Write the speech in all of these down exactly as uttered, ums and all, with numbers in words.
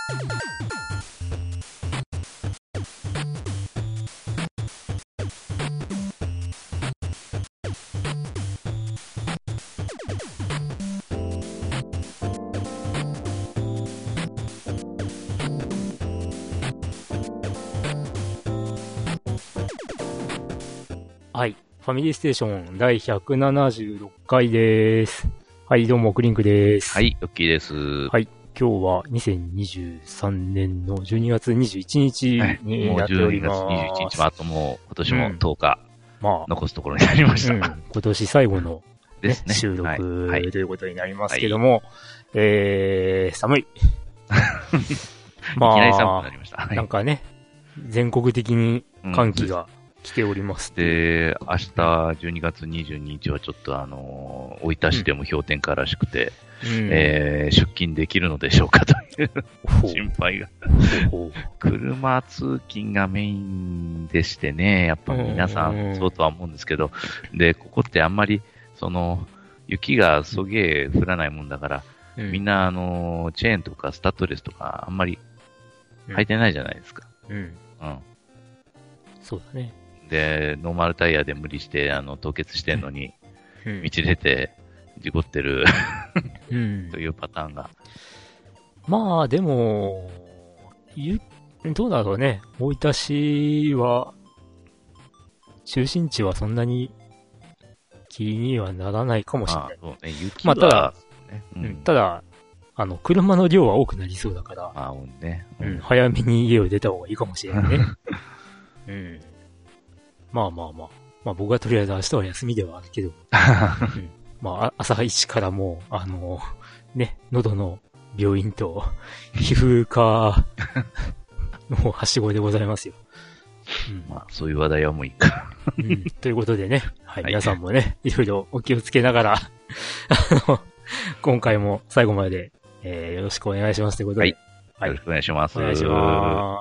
はい。ファミリーステーションだいひゃくななじゅうろっかいです。はい、どうも、クリンクです。 はい、オッケーです。 はい。今日はにせんにじゅうさんねんのじゅうにがつにじゅういちにちになっております。 もうじゅうにがつにじゅういちにちもあともう今年もとおか、 うん、まあ、 残すところになりました。 うん、今年最後の、ねですね、収録、はい、ということになりますけども、はい、えー、寒い。まあ、いきなり寒くなりました。はい、なんかね、全国的に寒気が、うん来ております。 で、明日じゅうにがつにじゅうににちはちょっとあの、大分市でも氷点下らしくて、うんえー、出勤できるのでしょうかという心配が。車通勤がメインでしてね、やっぱ皆さんそうとは思うんですけど、で、ここってあんまり、その、雪がそげえ降らないもんだから、うん、みんなあの、チェーンとかスタッドレスとかあんまり履いてないじゃないですか。 うん。うん。うん、そうだね。 で、ノーマルタイヤで無理して、あの、凍結してんのに、うん、道出て、事故ってるうん、というパターンが。 まあ、でも、ゆ、どうだろうね。大分市は、中心地はそんなに気にはならないかもしれない。 まあ、そうね、雪は、 まあ、ただ、うん、ただ、あの、車の量は多くなりそうだから、 あねうん、早めに家を出た方がいいかもしれないね。うんまあまあまあ。まあ僕はとりあえず明日は休みではあるけど。うん、まあ朝一からもう、あの、ね、喉の病院と皮膚科のはしごでございますよ。 うん、まあそういう話題はもういいか、 うん。ということでね、はい、はい、皆さんもね、いろいろお気をつけながら、あの、今回も最後まで、えー、よろしくお願いしますということで。 はい。はい、よろしくお願いします。 お願いします。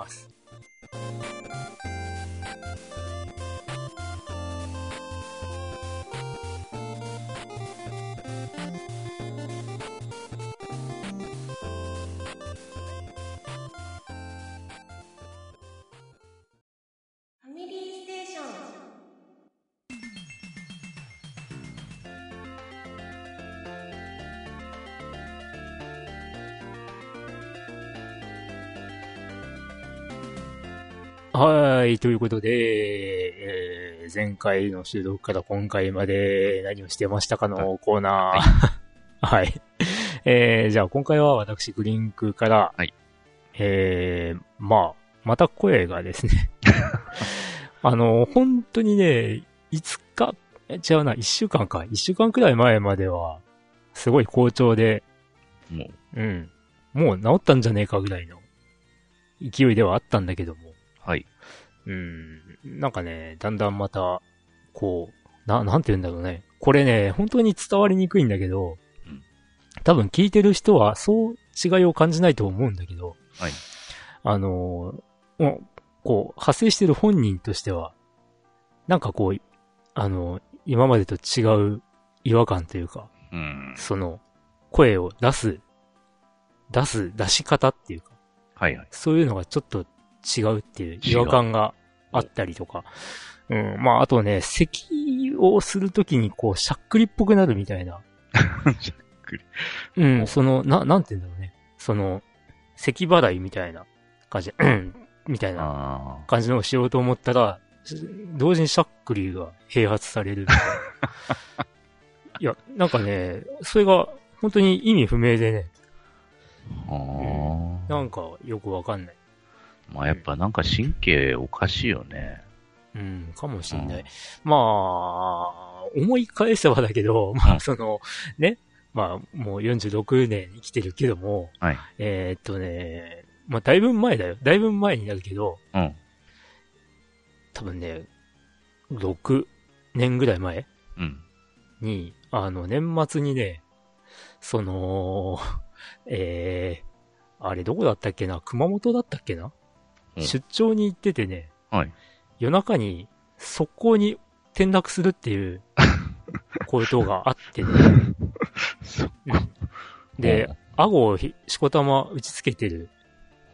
はい。ということで、えー、前回の収録から今回まで何をしてましたかのコーナー。はい。はい、えー、じゃあ今回は私、グリンクから、 はい。 えー、まあ、また声がですね、あの、本当にね、いつか、違うな、いっしゅうかんか。いっしゅうかんくらい前までは、すごい好調で、 もう、うん。もう治ったんじゃねえかぐらいの勢いではあったんだけども、 はい。 うん。なんかね、だんだんまた、こう、な、なんて言うんだろうね。これね、本当に伝わりにくいんだけど、うん、多分聞いてる人はそう違いを感じないと思うんだけど、 はい。 あの、もう、こう、発生してる本人としては、なんかこう、あの、今までと違う違和感というか、 うん、 その、声を出す、出す、出し方っていうか、 はいはい。 そういうのがちょっと違うっていう違和感があったりとか。うん。まあ、あとね、咳をするときにこう、しゃっくりっぽくなるみたいな。 しゃっくり。 うん、その、な、なんて言うんだろうね。その、咳払いみたいな感じ、うん、みたいな感じのをしようと思ったら、同時にしゃっくりが併発されるみたいな。いや、なんかね、それが本当に意味不明でね。 うん、 なんかよくわかんない。 まあやっぱなんか神経おかしいよね。 うん、かもしんない。うん、まあ、思い返せばだけど、まあその、ね、まあもうよんじゅうろくねん生きてるけども、 はい、 えー、っとね、まあだいぶ前だよ。だいぶ前になるけど、 うん、 多分ね、ろくねんぐらい前、 うん、 に、あの、年末にね、その、えー、あれどこだったっけな、熊本だったっけな、うん、出張に行っててね、 はい、 夜中に速攻に転落するっていうことがあってね、うん、で、顎をしこたま打ちつけてる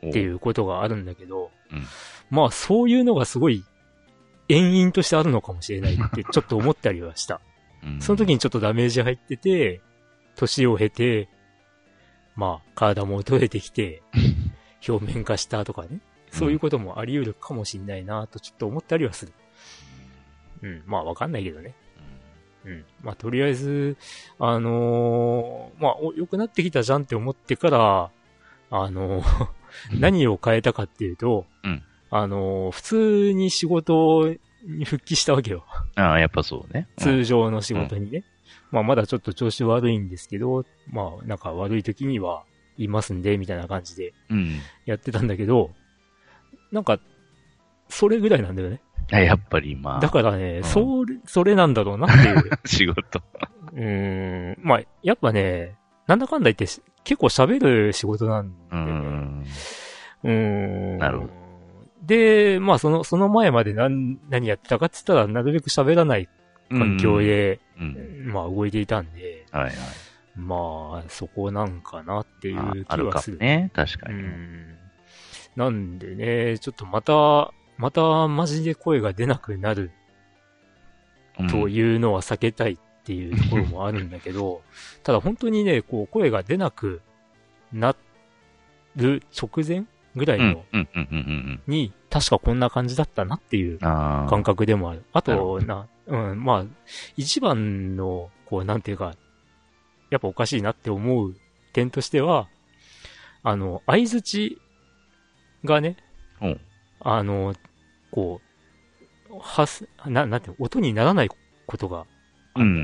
っていうことがあるんだけど、 うん、 まあそういうのがすごい遠因としてあるのかもしれないってちょっと思ったりはした。うん、その時にちょっとダメージ入ってて、年を経て、まあ体も衰えてきて、表面化したとかね。そういうこともあり得るかもしれないなとちょっと思ったりはする。うん、まあわかんないけどね。うん。まあとりあえず、あのー、まあ良くなってきたじゃんって思ってから、あのー、何を変えたかっていうと、 うん、 あのー、普通に仕事に復帰したわけよ。 ああ、やっぱそうね。 うん、通常の仕事にね。うん、まあまだちょっと調子悪いんですけど、まあなんか悪い時にはいますんで、みたいな感じでやってたんだけど、うん、なんか、それぐらいなんだよね。 やっぱりまあ。 だからね、うん、それ、それなんだろうなっていう。 仕事。 うーん。まあ、やっぱね、なんだかんだ言って結構喋る仕事なんで、ね。うーん。うーん。 なるほど。 で、まあその、その前まで何、何やってたかって言ったら、なるべく喋らない環境で、うんうん、まあ動いていたんで、 はいはい。 まあ、そこなんかなっていう気はする。 あるかもね、確かに。 うんなんでね、ちょっとまた、またマジで声が出なくなるというのは避けたいっていうところもあるんだけど、うん、ただ本当にね、こう声が出なくなる直前ぐらいのに、確かこんな感じだったなっていう感覚でもある。あとな、うん、まあ、一番の、こうなんていうか、やっぱおかしいなって思う点としては、あの、相槌がね、 うん、 あの、こう、はす、な、なんて、音にならないことがある。うん。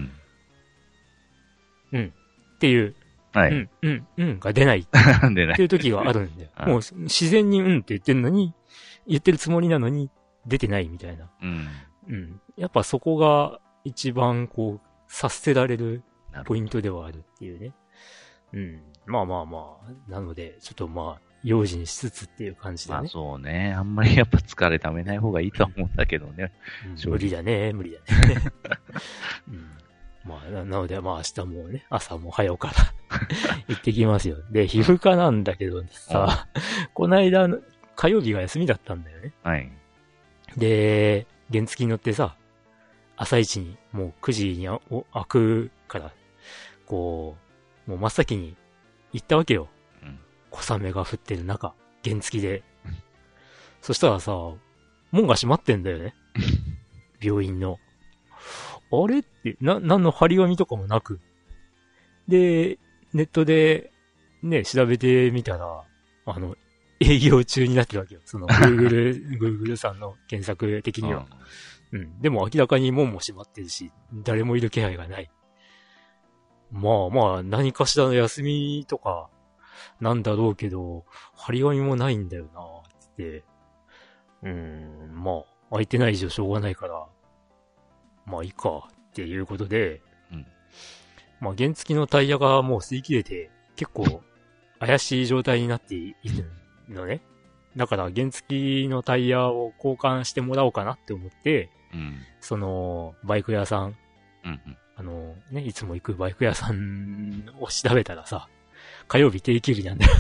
うん。っていう、 はい。 うん、うん、うんが出ない。 出ない。 っていう時があるんだよ。もう自然にうんって言ってるのに、言ってるつもりなのに出てないみたいな。 うん。 うん。やっぱそこが一番こう、察せられるポイントではあるっていうね。うん。まあまあまあ、なので、ちょっとまあ、用心しつつっていう感じだね。 まあそうね。あんまりやっぱ疲れためない方がいいと思うんだけどね。 うん、無理だね、無理だね。うん、まあな、なのでまあ明日もね、朝も早うから行ってきますよ。で、皮膚科なんだけどさ、この間、火曜日が休みだったんだよね。 はい。 で、原付に乗ってさ、朝一にもうくじにあお開くから、こう、もう真っ先に行ったわけよ。小雨が降ってる中、原付で。そしたらさ、門が閉まってんだよね。病院の。あれって、な、なんの張り紙とかもなく。で、ネットで、ね、調べてみたら、あの、営業中になってるわけよ。その、Google、Google さんの検索的には。うん。でも明らかに門も閉まってるし、誰もいる気配がない。まあまあ、何かしらの休みとか、なんだろうけど、張り紙もないんだよな、つって。うーん、まあ、空いてない以上しょうがないから、まあいいか、っていうことで、 うん、 まあ原付のタイヤがもう吸い切れて、結構怪しい状態になっているのね。だから原付のタイヤを交換してもらおうかなって思って、 うん、 その、バイク屋さん、 うんうん、あの、ね、いつも行くバイク屋さんを調べたらさ、火曜日定休日なんだよ。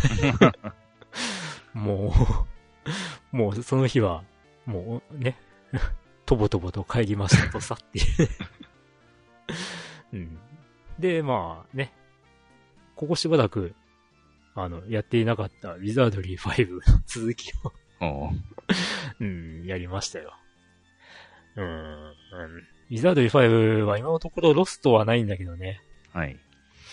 もう、もうその日は、もうね、とぼとぼと帰りましたとさっていう、うん。で、まあね、ここしばらく、あの、やっていなかったウィザードリーファイブの続きを、うん、やりましたよ。うん、うん。ウィザードリーファイブは今のところロストはないんだけどね。 はい。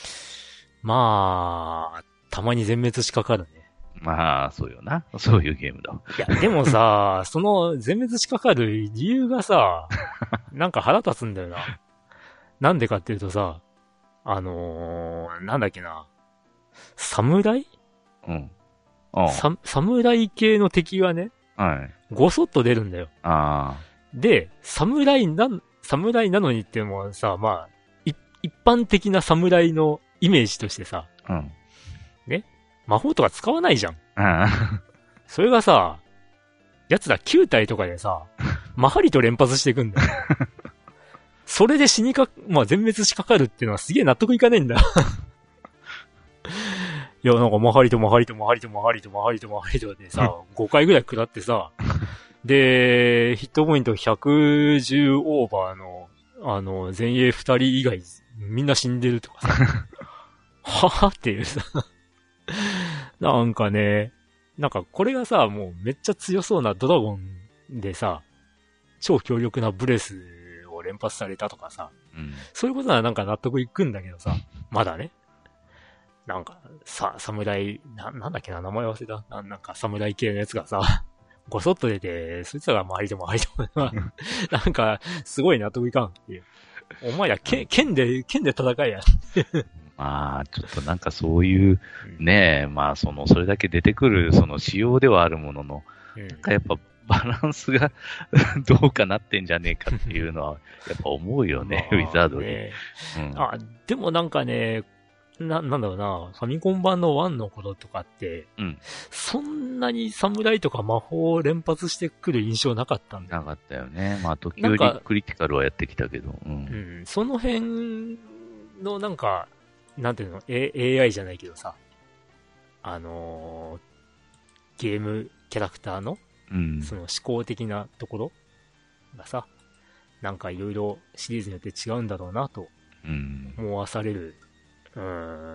まあ、たまに全滅しかかるね。 まあ、そうよな。そういうゲームだ。 いや、でもさ、その全滅しかかる理由がさ、なんか腹立つんだよな。なんでかっていうとさ、あのー、なんだっけな。侍？ うん。 さ、侍系の敵がね、 はい。 ごそっと出るんだよ。 ああ。 で、侍な、侍なのにっていうのはさ、まあ、一般的な侍のイメージとしてさ、 うん。 ね魔法とか使わないじゃん。 ああ。 それがさ、奴らきゅう体とかでさ、マハリと連発していくんだよ。それで死にか、まあ全滅しかかるっていうのはすげえ納得いかないんだ。 いや、なんか、マハリとマハリとマハリとマハリとマハリとマハリとでさ、ごかいぐらい食らってさ、で、ヒットポイントひゃくじゅうオーバーの、あの、前衛ふたり以外、みんな死んでるとかさ、はぁっていうさ、なんかね、なんかこれがさ、もうめっちゃ強そうなドラゴンでさ、超強力なブレスを連発されたとかさ、うん、そういうことはなんか納得いくんだけどさ、まだね。なんか、さ、侍、な、なんだっけな、名前忘れた。ななんか侍系のやつがさ、ごそっと出て、そいつらが周りでも周りでも、なんか、すごい納得いかんっていう。お前ら、剣、剣で、剣で戦いや。 まあ、ちょっとなんかそういう、ねえ、まあ、その、それだけ出てくる、その仕様ではあるものの、うん、なんかやっぱ、バランスがどうかなってんじゃねえかっていうのは、やっぱ思うよね、まあ、ウィザードに、ねうん。あ、でもなんかね、な、なんだろうな、ファミコン版のワンの頃とかって、うん、そんなに侍とか魔法を連発してくる印象なかったんだよ。 なかったよね。まあ、時折クリティカルはやってきたけど。うん。 うん、その辺のなんか、なんていうの、A、エーアイ じゃないけどさ、あのー、ゲームキャラクターの、うん、その思考的なところがさ、なんかいろいろシリーズによって違うんだろうなと思わされる、うん、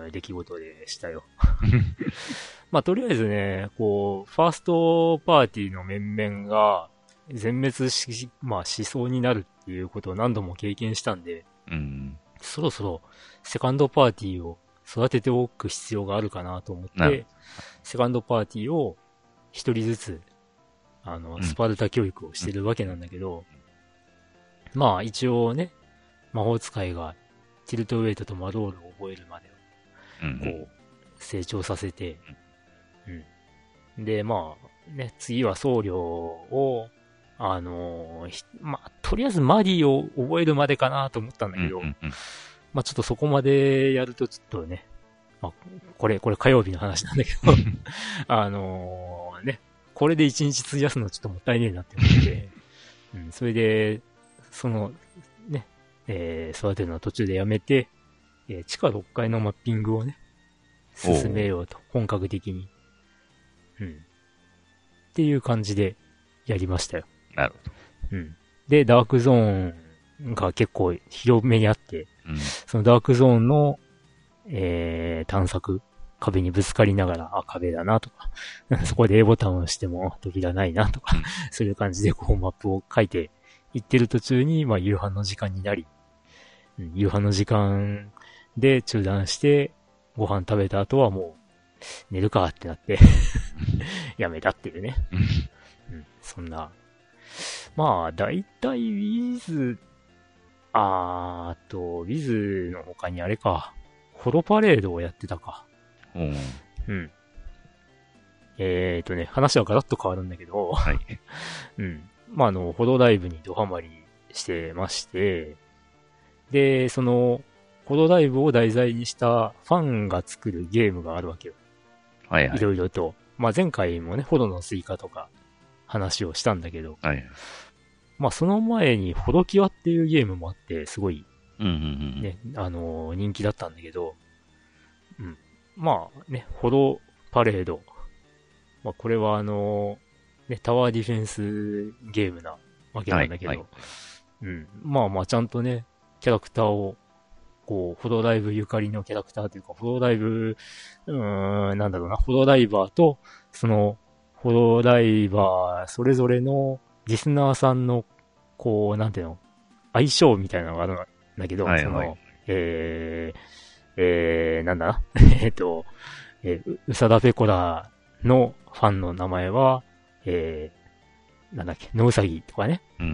うん出来事でしたよ。まあとりあえずね、こう、ファーストパーティーの面々が全滅し、まあしそうになるっていうことを何度も経験したんで、うん、そろそろセカンドパーティーを育てておく必要があるかなと思って、セカンドパーティーを一人ずつあの、スパルタ教育をしてるわけなんだけど、うん、まあ一応ね、魔法使いがティルトウェイトとマロールを覚えるまでを、こう、成長させて、うん。で、まあ、ね、次は僧侶を、あのー、まあ、とりあえずマディを覚えるまでかなと思ったんだけど、まあちょっとそこまでやるとちょっとね、まあ、これ、これ火曜日の話なんだけど、あのー、ね、これで一日費やすのちょっともったいねえなって思って、うん、それで、その、ね、えー、育てるのは途中でやめて、えー、地下ろっかいのマッピングをね、進めようと、本格的に。うん。っていう感じでやりましたよ。 なるほど。 うん。で、ダークゾーンが結構広めにあって、うん、そのダークゾーンの、えー、探索、壁にぶつかりながら、あ、壁だなとか、そこで A ボタンを押しても扉ないなとか、うん、そういう感じでこうマップを書いていってる途中に、まあ夕飯の時間になり、うん、夕飯の時間で中断して、ご飯食べた後はもう寝るかってなって、やめたっていうね。うん、そんな。まあ、だいたい Wiz、あーあと、Wiz の他にあれか、ホロパレードをやってたか。うん。うん。えーとね、話はガラッと変わるんだけど、はい。うん。まあ、あの、ホロライブにドハマりしてまして、で、その、ホロライブを題材にしたファンが作るゲームがあるわけよ。はいはい。いろいろと。まあ、前回もね、ホロのスイカとか話をしたんだけど、はい。まあ、その前にホロキワっていうゲームもあって、すごい、うんうんうん。ね、あのー、人気だったんだけど、うん。まあね、ホロパレード。まあこれはあのー、ね、タワーディフェンスゲームなわけなんだけど、はいはい、うん。まあまあちゃんとね、キャラクターを、こう、ホロライブゆかりのキャラクターというか、ホロライブ、うーん、なんだろうな、ホロライバーと、その、ホロライバー、それぞれのリスナーさんの、こう、なんていうの、相性みたいなのがあるんだけど、はいはい、その、えー、えー、なんだえっと、えー、うさだペコラのファンの名前は、えー、なんだっけ、ノウサギとかね。うん。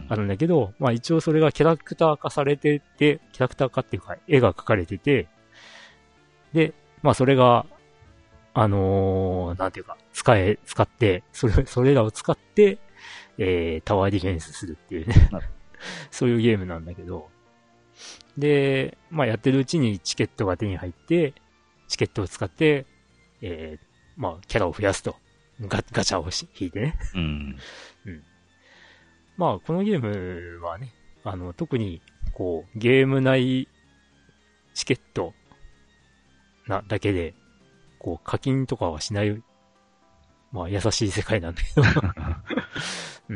あるんだけど、まあ一応それがキャラクター化されてて、キャラクター化っていうか、絵が描かれてて、で、まあそれが、あのー、なんていうか、使え、使って、それ、それらを使って、えー、タワーディフェンスするっていうね。そういうゲームなんだけど、で、まあやってるうちにチケットが手に入って、チケットを使って、えー、まあキャラを増やすと。ガガチャを引いてね。うん。うん。まあこのゲームはね、あの、特に、こう、ゲーム内チケットなだけで、 構課金とかはしない、まあ優しい世界なんだけど。うん。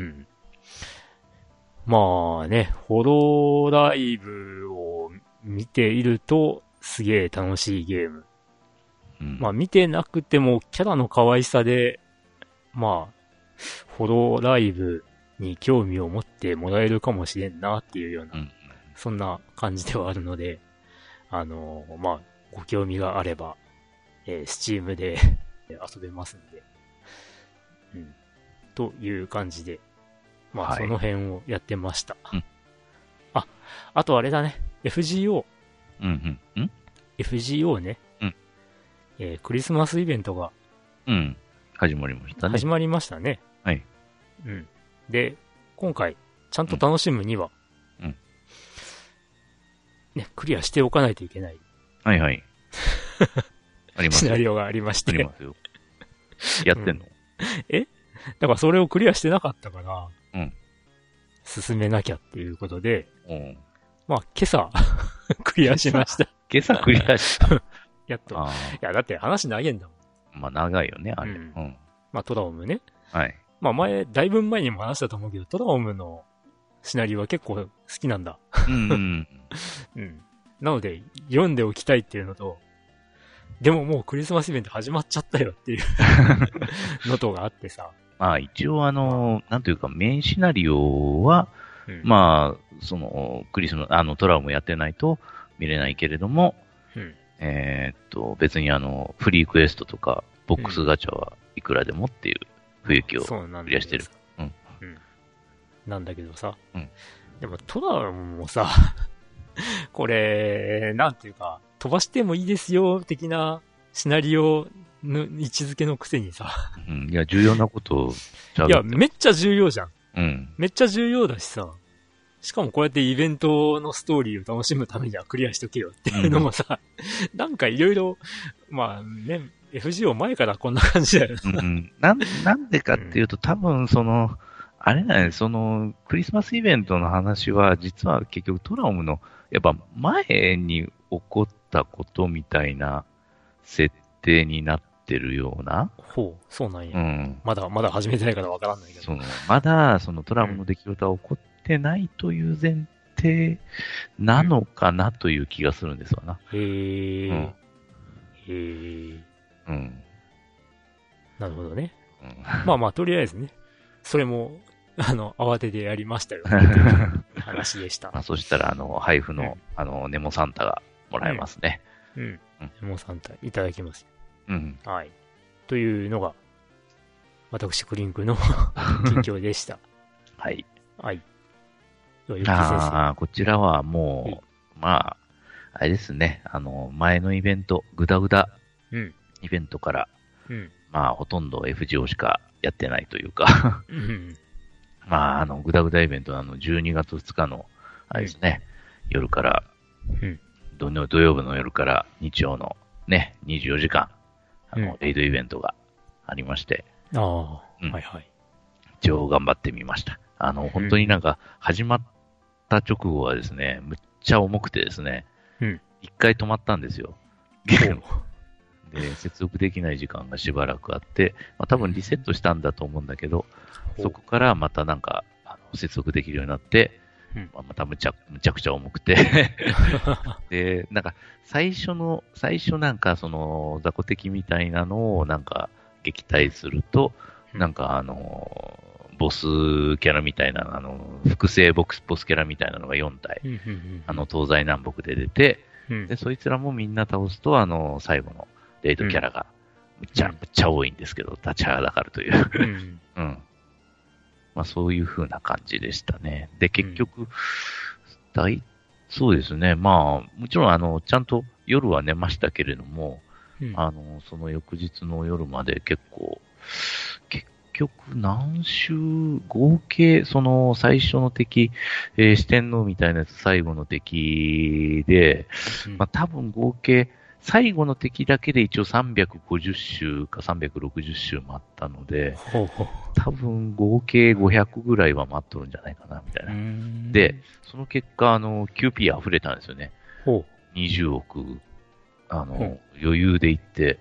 まあね、ホロライブを見ているとすげえ楽しいゲーム。うん、まあ見てなくてもキャラの可愛さで、まあ、ホロライブに興味を持ってもらえるかもしれんなっていうような、うん、そんな感じではあるので、あのー、まあ、ご興味があれば、えー、Steam で遊べますんで、うん。という感じで、まあ、はい、その辺をやってました。うん、あ、あとあれだね、エフジーオー。 うんうん。んエフジーオー ね。うん。えー、クリスマスイベントが、 うん。始まりましたね。 始まりましたね。 はい。 うん。で、今回、ちゃんと楽しむには、うん。うん、ね、クリアしておかないといけない。 はいはい。あります。 シナリオがありまして。 ありますよ。やってんの、うん、 えだからそれをクリアしてなかったから、うん。進めなきゃっていうことで、うん。まあ、今朝、クリアしました。 今朝クリアしたやっと。いや、だって話長いんだもん。 まあ長いよね、あれ。うん。うん、 まあトラオムね。 はい。 まあ前、だいぶ前にも話したと思うけど、トラオムのシナリオは結構好きなんだ。うん、うん。うん。なので、読んでおきたいっていうのと、でももうクリスマスイベント始まっちゃったよっていうのとがあってさ。 まあ一応あの、なんというかメインシナリオは、うん、まあ、その、クリスマス、あの、トラウムやってないと見れないけれども、うん、えー、っと、別にあの、フリークエストとか、ボックスガチャはいくらでもっていう雰囲気をクリアしてる。 うん。うん。なんだけどさ。うん。でもトラウムもさ、これ、なんていうか、飛ばしてもいいですよ、的なシナリオの位置づけのくせにさ。 うん。いや、重要なことをいや、めっちゃ重要じゃん。 うん。 めっちゃ重要だしさ。しかもこうやってイベントのストーリーを楽しむためにはクリアしとけよっていうのもさ、うん、なんかいろいろ、まあね、エフジーオー 前からこんな感じだよな。うん。なん、なんでかっていうと、多分その、あれだね、その、クリスマスイベントの話は、実は結局トラウムの、やっぱ前に起こったことみたいな設定になってるような。 ほう、そうなんや。うん。まだ、まだ始めてないからわからないけど。 その、まだ、そのトラウムの出来事は起こってないという前提なのかなという気がするんですわな。 うん、へー。うん、へー。 うん。 なるほどね。うん、まあまあ、とりあえずね、それも、あの、慌ててやりましたよ。話でした。 まあ、そしたら、あの、配布の、うん、あの、ネモサンタがもらえますね。 うん。うん。ネモサンタ、いただきます。 うん。 はい。というのが、私、クリンクの近況でした。 はい。 はい。 ああ、こちらはもう、まあ、あれですね、あの、前のイベント、グダグダ、うん、イベントから、うん、まあ、ほとんど エフジーオー しかやってないというか、うん、まあ、あの、グダグダイベントのあの、じゅうにがつふつかの、あれですね、うん、夜から、うん、土曜日の夜から日曜のね、にじゅうよじかん、あの、うん、レイドイベントがありまして、 ああ、うん、はいはい。 一応頑張ってみました。あの、本当になんか、始まった直後はですね、むっちゃ重くてですね、うん。一回止まったんですよ。ゲーム。で、接続できない時間がしばらくあって、まあ、多分リセットしたんだと思うんだけど、そこからまたなんか、あの接続できるようになって、うん、まあ、またむちゃ、むちゃくちゃ重くて。で、なんか、最初の、最初なんかその、雑魚敵みたいなのをなんか撃退すると、うん、なんかあの、ボスキャラみたいな、あの、複製ボス、ボスキャラみたいなのがよんたい、あの、東西南北で出て、うん、で、そいつらもみんな倒すと、あの、最後のレイドキャラが、むっちゃ、むっちゃ多いんですけど、立ちはだかるという。うん。うん。まあ、そういう風な感じでしたね。で、結局、うん、大、そうですね。まあ、もちろん、あの、ちゃんと夜は寝ましたけれども、うん、あの、その翌日の夜まで結構、結結局何週、合計、その最初の敵、えー、四天王みたいなやつ最後の敵で、うん、まあ多分合計、最後の敵だけで一応さんびゃくごじゅっ週かさんびゃくろくじゅっ週待ったので、ほうほう多分合計ごひゃくぐらいは待っとるんじゃないかな、みたいな。で、その結果、あの、キューピー 溢れたんですよね。ほうにじゅうおく、あの、余裕でいって、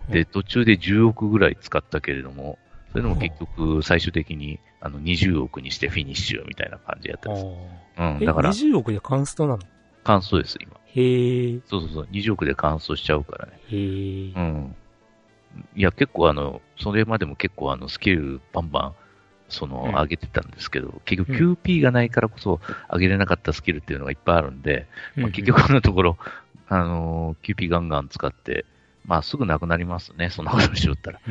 で、途中でじゅうおくぐらい使ったけれども、それでも結局最終的にあのにじゅうおくにしてフィニッシュみたいな感じやったんです。うん、だから。 にじゅうおくでカンストなの？ カンストです、今。 へえ。 そうそうそう、にじゅうおくでカンストしちゃうからね。 へえ。 うん。いや、結構あの、それまでも結構あの、スキルバンバン、その、上げてたんですけど、うん、結局 キューピー がないからこそ上げれなかったスキルっていうのがいっぱいあるんで、うんまあ、結局のところ、あのー、キューピー ガンガン使って、まあすぐなくなりますね、そんなことしよったら。うん、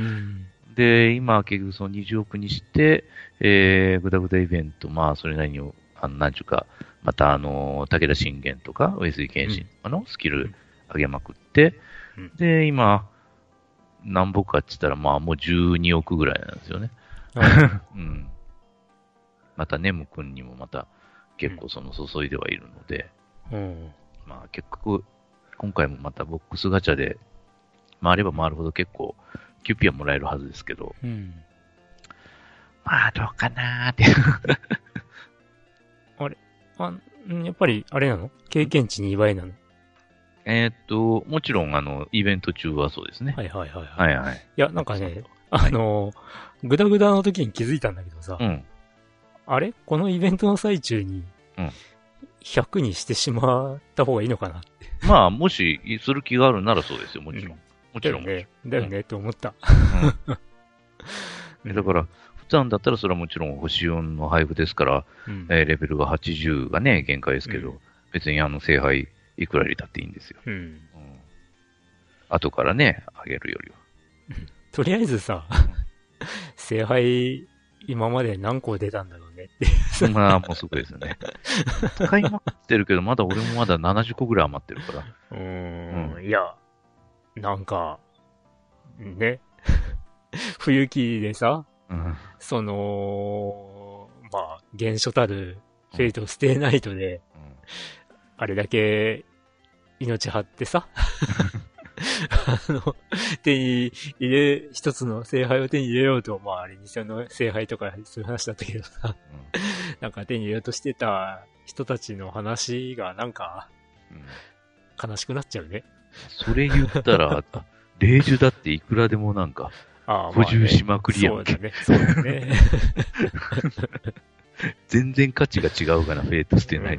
で、今結局そのにじゅうおくにして、えー、グダグダイベント、まあそれなりに、あの、なんちゅうか、またあのー、武田信玄とか、上杉謙信とかのスキル上げまくって、うん、で、今、何ぼかって言ったら、まあもうじゅうにおくぐらいなんですよね。うん。また、ネム君にもまた結構その注いではいるので、うん、まあ結局、今回もまたボックスガチャで回れば回るほど結構キューピーはもらえるはずですけど、うん、まあどうかなーって。 あれあ、やっぱりあれなの？経験値にばいなの？ えー、っと、もちろんあの、イベント中はそうですね。 はいはいはいはい。はいはい。 いや、なんかね、あの、グダグダの時に気づいたんだけどさ、うん、あれこのイベントの最中に、ひゃくにしてしまった方がいいのかなって。 まあ、もし、する気があるならそうですよ、もちろん。うん、もちろん。 だよね、だよね、と思った。 うん、だから、普段だったらそれはもちろん星よんの配布ですから、うん、えー、レベルがはちじゅうがね、限界ですけど、うん、別にあの、聖杯いくら入れたっていいんですよ。うんうん、後からね、あげるよりは。 とりあえずさ、聖杯、今まで何個出たんだろうねって。 まあ、もうすぐですよね。使いまくってるけど、まだ俺もまだななじゅっこぐらい余ってるから。 うーん、うん、いや、なんか、ね、冬季でさ、うん、その、まあ、原初たるフェイトステイナイトで、うんうん、あれだけ命張ってさ、あの、手に入れ、一つの聖杯を手に入れようと、まああれ偽の聖杯とかそういう話だったけどさ、うん、なんか手に入れようとしてた人たちの話がなんか、うん、悲しくなっちゃうね。 それ言ったら、霊樹だっていくらでもなんか、補充しまくりやんけ。 そうだね、そうだね。 全然価値が違うかな、フェイトしてない。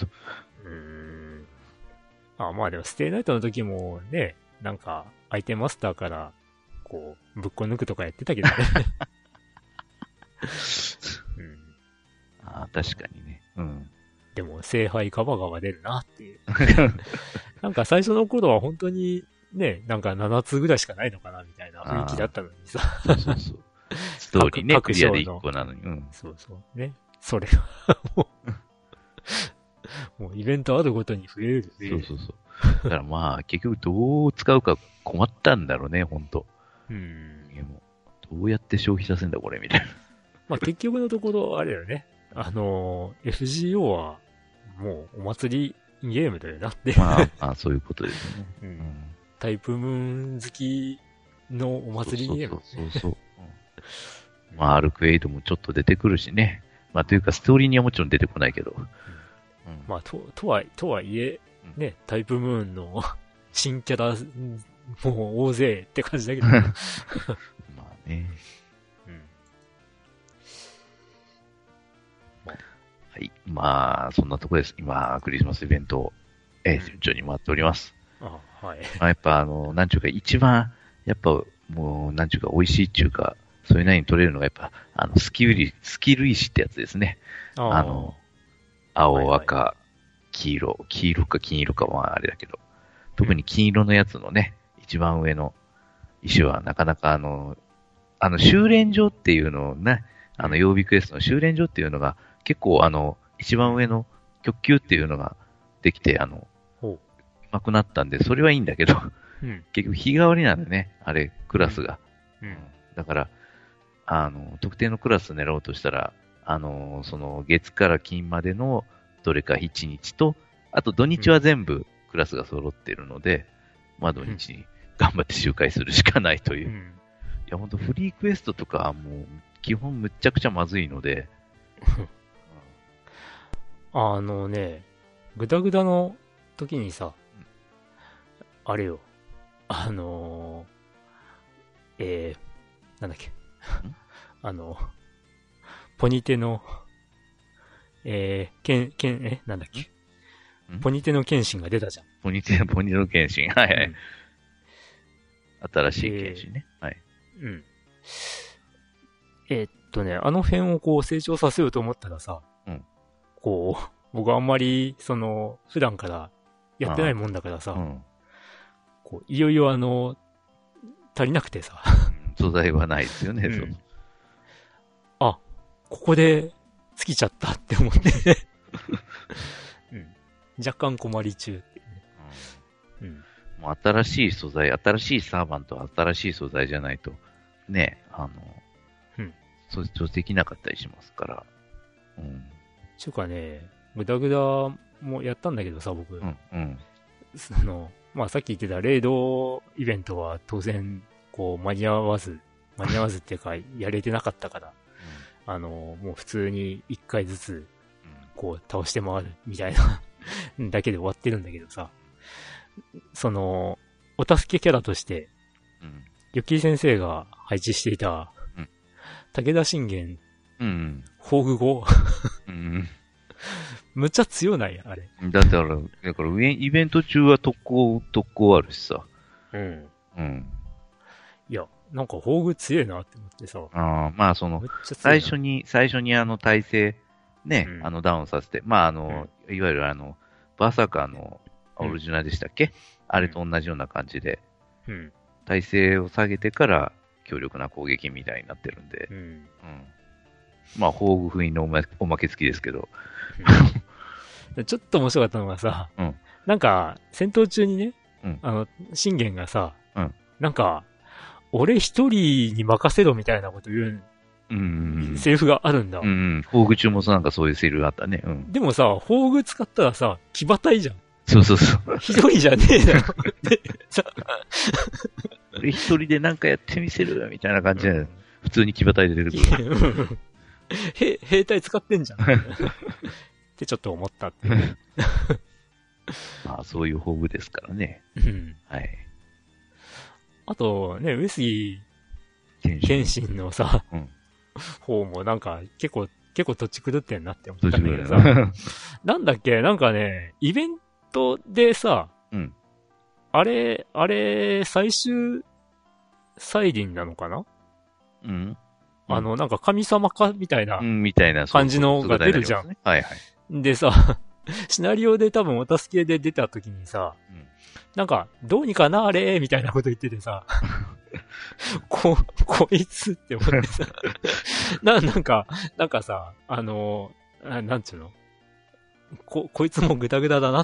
あ、まあでもステイナイトの時もね、なんか、相手マスターから、こう、ぶっこ抜くとかやってたけどね。 うん、ああ、確かにね。うん。 でも、聖杯カバガが出るなっていう。なんか最初の頃は本当に、ね、なんかななつぐらいしかないのかなみたいな雰囲気だったのにさ。 そうそうそう。ストーリーね、クリアでいっこなのに。うん。 そうそう。ね。それはもう、もうイベントあるごとに増えるね。 そうそうそう。だからまあ、結局どう使うか困ったんだろうね、ほんと。うん。いやもう、どうやって消費させんだ、これ、みたいな。 まあ結局のところ、あれだよね。あの、エフジーオー は、もうお祭りゲームだよなって。 まあ、まあ、そういうことですね。うん。うん、 タイプムーン好きのお祭りゲーム、ね。 そうそうそうそう、うん。まあ、アルクエイドもちょっと出てくるしね。まあ、というか、ストーリーにはもちろん出てこないけど。うん、 まあ、と、とは、とはいえ、ね、タイプムーンの新キャラ、もう大勢って感じだけど、ね。 まあね。うん。はい。まあ、そんなとこです。今、クリスマスイベント、えー、順調に回っております。 うん、あ、はい。 まあ、やっぱ、あの、なんちゅうか、一番、やっぱ、もう、なんちゅうか、美味しいっていうか、それなりに取れるのが、やっぱ、あの、スキル、スキル石ってやつですね。あ, あの、青、はいはい、赤、黄色、黄色か金色かはあれだけど、特に金色のやつのね、一番上の石はなかなかあの、あの修練場っていうのをね、あの曜日クエストの修練場っていうのが結構あの、一番上の極級っていうのができて、あの、うまくなったんで、それはいいんだけど、うん、結局日替わりなんだね、あれ、クラスが。うんうん、だから、あの、特定のクラス狙おうとしたら、あの、その月から金までのどれかいちにちと、あと土日は全部クラスが揃っているので、うん、まあ土日に頑張って周回するしかないという。うん、いや、ほんとフリークエストとかはもう基本むっちゃくちゃまずいので。 あのね、グダグダの時にさ、あれよ、あのー、 えー、なんだっけ。あの、ポニテの、えー、けん、けん、え、なんだっけ。ポニテの剣心が出たじゃん。 ポニテ、ポニテの剣心。はいはい。うん、新しい剣心ね、えー。はい。 うん。えー、っとね、あの辺をこう成長させようと思ったらさ、うん、こう、僕あんまり、その、普段からやってないもんだからさ、うん、こういよいよあの、足りなくてさ。 素材はないですよね、うん、 あ、ここで尽きちゃったって思って、うん、若干困り中っていうね。 うんうん、もう新しい素材、新しいサーバント、新しい素材じゃないと、ね、あの、うん、成長できなかったりしますから。うん。 ちゅうかね、グダグダもやったんだけどさ、僕。うんうん、その、まあさっき言ってたレイドイベントは当然、こう間に合わず、間に合わずっていうか、やれてなかったから、うん、あの、もう普通に一回ずつ、こう倒して回るみたいなだけで終わってるんだけどさ、その、お助けキャラとして、うん、ヨッキー先生が配置していた、うん、武田信玄、うん、宝具語、うん、むっちゃ強ないあれ。 だってあれ、だからイベント中は特攻、特攻あるしさ。うん。 うん。いや、なんか宝具強いなって思ってさ。 ああ、まあその、最初に、最初にあの体勢、ね、うん、あのダウンさせて、まああの、うん、いわゆるあの、バーサーカーのオリジナルでしたっけ、うん、あれと同じような感じで、うん、体勢を下げてから強力な攻撃みたいになってるんで、うんうん、まあ宝具封印のおまおまけ付きですけど、 ちょっと面白かったのがさ、うん、なんか戦闘中にね、うん、あの信玄がさ、うん、なんか俺一人に任せろみたいなこと言う、うん、セリフがあるんだ。 うん、宝具中もなんかそういうセリフがあったね。うん、 でもさ、宝具使ったらさ、騎馬隊じゃん。 そうそうそう。 ひどいじゃねえだろ。 俺一人でなんかやってみせるみたいな感じで、うん、普通に騎馬隊で出てくる。 兵、兵隊使ってんじゃん。ってちょっと思ったっていう。 まあそういう宝具ですからね。うん、はい。 あとね、上杉謙信のさ、うん、方もなんか結構、結構土地狂ってんなって思ったんだけどさ。なんだっけ、なんかね、イベントでさ、うん、あれ、あれ、最終再臨なのかな、うん、あの、なんか神様かみたいな、うん、みたいな感じのが出るじゃん。ね、はいはい。でさ、シナリオで多分お助けで出た時にさ、うん、なんか、どうにかなあれみたいなこと言っててさ、こ、こいつって思ってさ、な、なんか、なんかさ、あの、あなんちゅうのこ、こいつもグダグダだなって。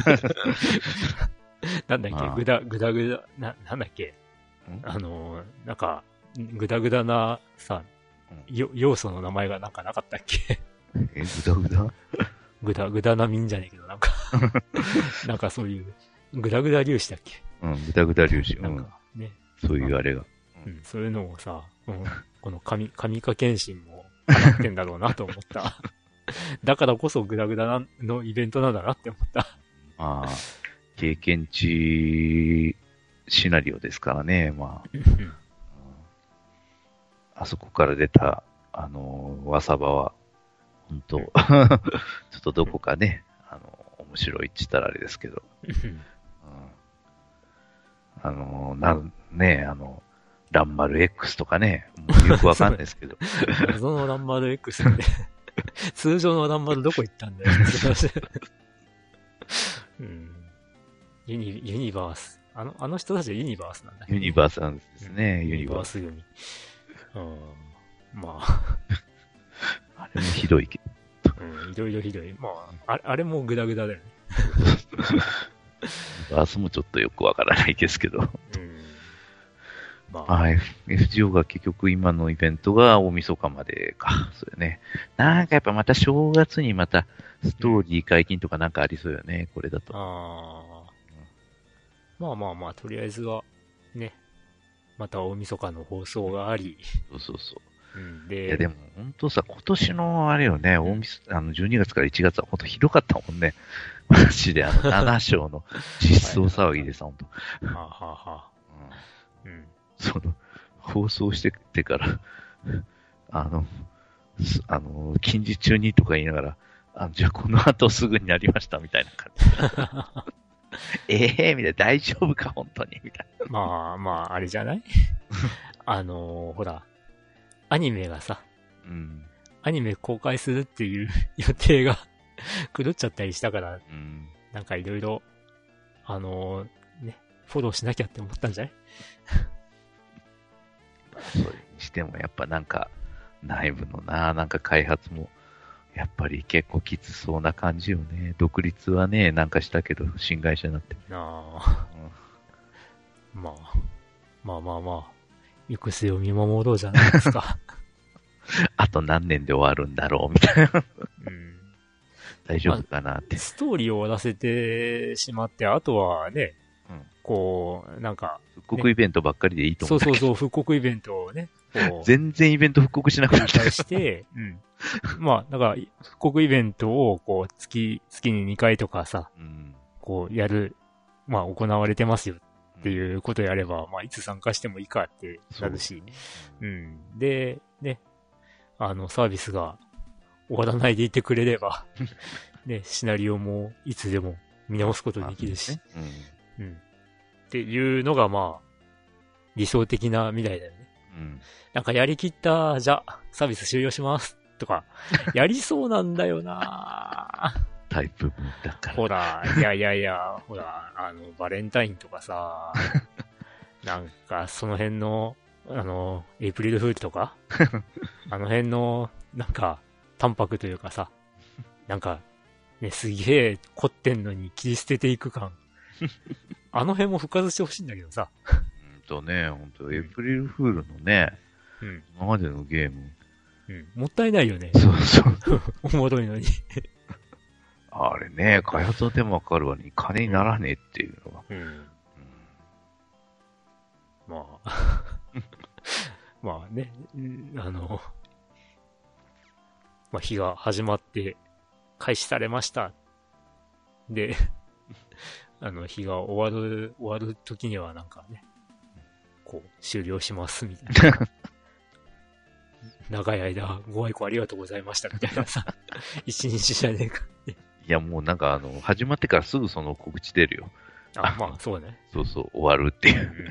なんだっけグダ、グダグダ、な、なんだっけあの、なんか、グダグダなさ、よ要素の名前がなんかなかったっけえ、グダグダグダグダなみんじゃねえけど、なんか、なんかそういう、グダグダ粒子だっけうん、グダグダ粒子。なんか、ね。そういうあれが。 うん、そういうのをさ、うん、この神、神化謙信もやってんだろうなと思った。だからこそグダグダのイベントなんだなって思った。 まあ、経験値シナリオですからね、まあ。うん、あそこから出た、あのー、わさばは、本当、うん、ちょっとどこかね、あのー、面白いって言ったらあれですけど。うん、あのー、なん、ね、あの、ランマル X とかね、もうよくわかんないですけど。 謎のランマル X って、通常のランマルどこ行ったんだよ。うん、ユニ、ユニバース。あの、あの人たちはユニバースなんだ、ね。 ユニバースなんですね、うん、ユニバース。 ユニバース組。うん、まあ。 あれもひどいけど。うん、いろいろひどい。まあ、あれ、あれもグダグダだよね。 ユニバースもちょっとよくわからないですけど。うんまあ、はい。エフジーオー が結局今のイベントが大晦日までか。そうよね。なんかやっぱまた正月にまたストーリー解禁とかなんかありそうよね、これだと。ああ、 うん。まあまあまあ、とりあえずは、ね。また大晦日の放送があり。 そうそうそう。うん、で、いやでも本当さ、今年のあれよね、大晦日、あのじゅうにがつからいちがつは本当ひどかったもんね。マジであのなな章の実装騒ぎでさ、本当。はあはあはあ。うん。うんその、 放送しててから、あの、あの、近日中にとか言いながら、あじゃあこの後すぐになりましたみたいな感じ。ええみたいな、大丈夫か本当にみたいな。 まあまあ、あれじゃないあのー、ほら、アニメがさ、 うん、 アニメ公開するっていう予定が狂っちゃったりしたから、 うん、 なんかいろいろ、あのー、ね、フォローしなきゃって思ったんじゃないそれにしてもやっぱなんか、内部のな、なんか開発も、やっぱり結構きつそうな感じよね。独立はね、なんかしたけど、新会社になって。 なあ、うん、まあ、まあまあまあ、行く末を見守ろうじゃないですか。 あと何年で終わるんだろう、みたいな。うん、大丈夫かなって、まあ。 ストーリーを終わらせてしまって、あとはね、うん、こう、なんか、 ね、復刻イベントばっかりでいいと思う。 そうそうそう、復刻イベントをね、 全然イベント復刻しなくなったして、うん。まあ、だから、復刻イベントを、こう、月、月ににかいとかさ、うん、こう、やる、まあ、行われてますよっていうことやれば、うん、まあ、いつ参加してもいいかってなるし、う、うん。で、ね、あの、サービスが終わらないでいてくれれば、ね、シナリオもいつでも見直すことできるし、ね、うん。うん。っていうのが、まあ、理想的な未来だよね。うん、なんかやりきった、じゃあ、サービス終了します。とか、やりそうなんだよなタイプだから。 ほら、いやいやいや、ほら、あの、バレンタインとかさ、なんかその辺の、あの、エイプリルフールとか、あの辺の、なんか、淡白というかさ、なんか、ね、すげえ凝ってんのに切り捨てていく感。あの辺も復活してほしいんだけどさ。 とね、本当エイプリルフールのね、うん、今までのゲーム、 うん。もったいないよね。 そうそう。 おもろいのに。 あれね、開発の手もわかるわに金にならねえっていうのが。うん。うん、 まあ、まあね、あの、まあ日が始まって開始されました。で、あの日が終わる、終わる時にはなんかね、こう、終了します、みたいな。長い間、ご愛顧ありがとうございました、みたいなさ。一日じゃねえか。 いや、もうなんかあの、始まってからすぐその告知出るよ。 あ、まあ、そうね。 そうそう、終わるっていう。うん、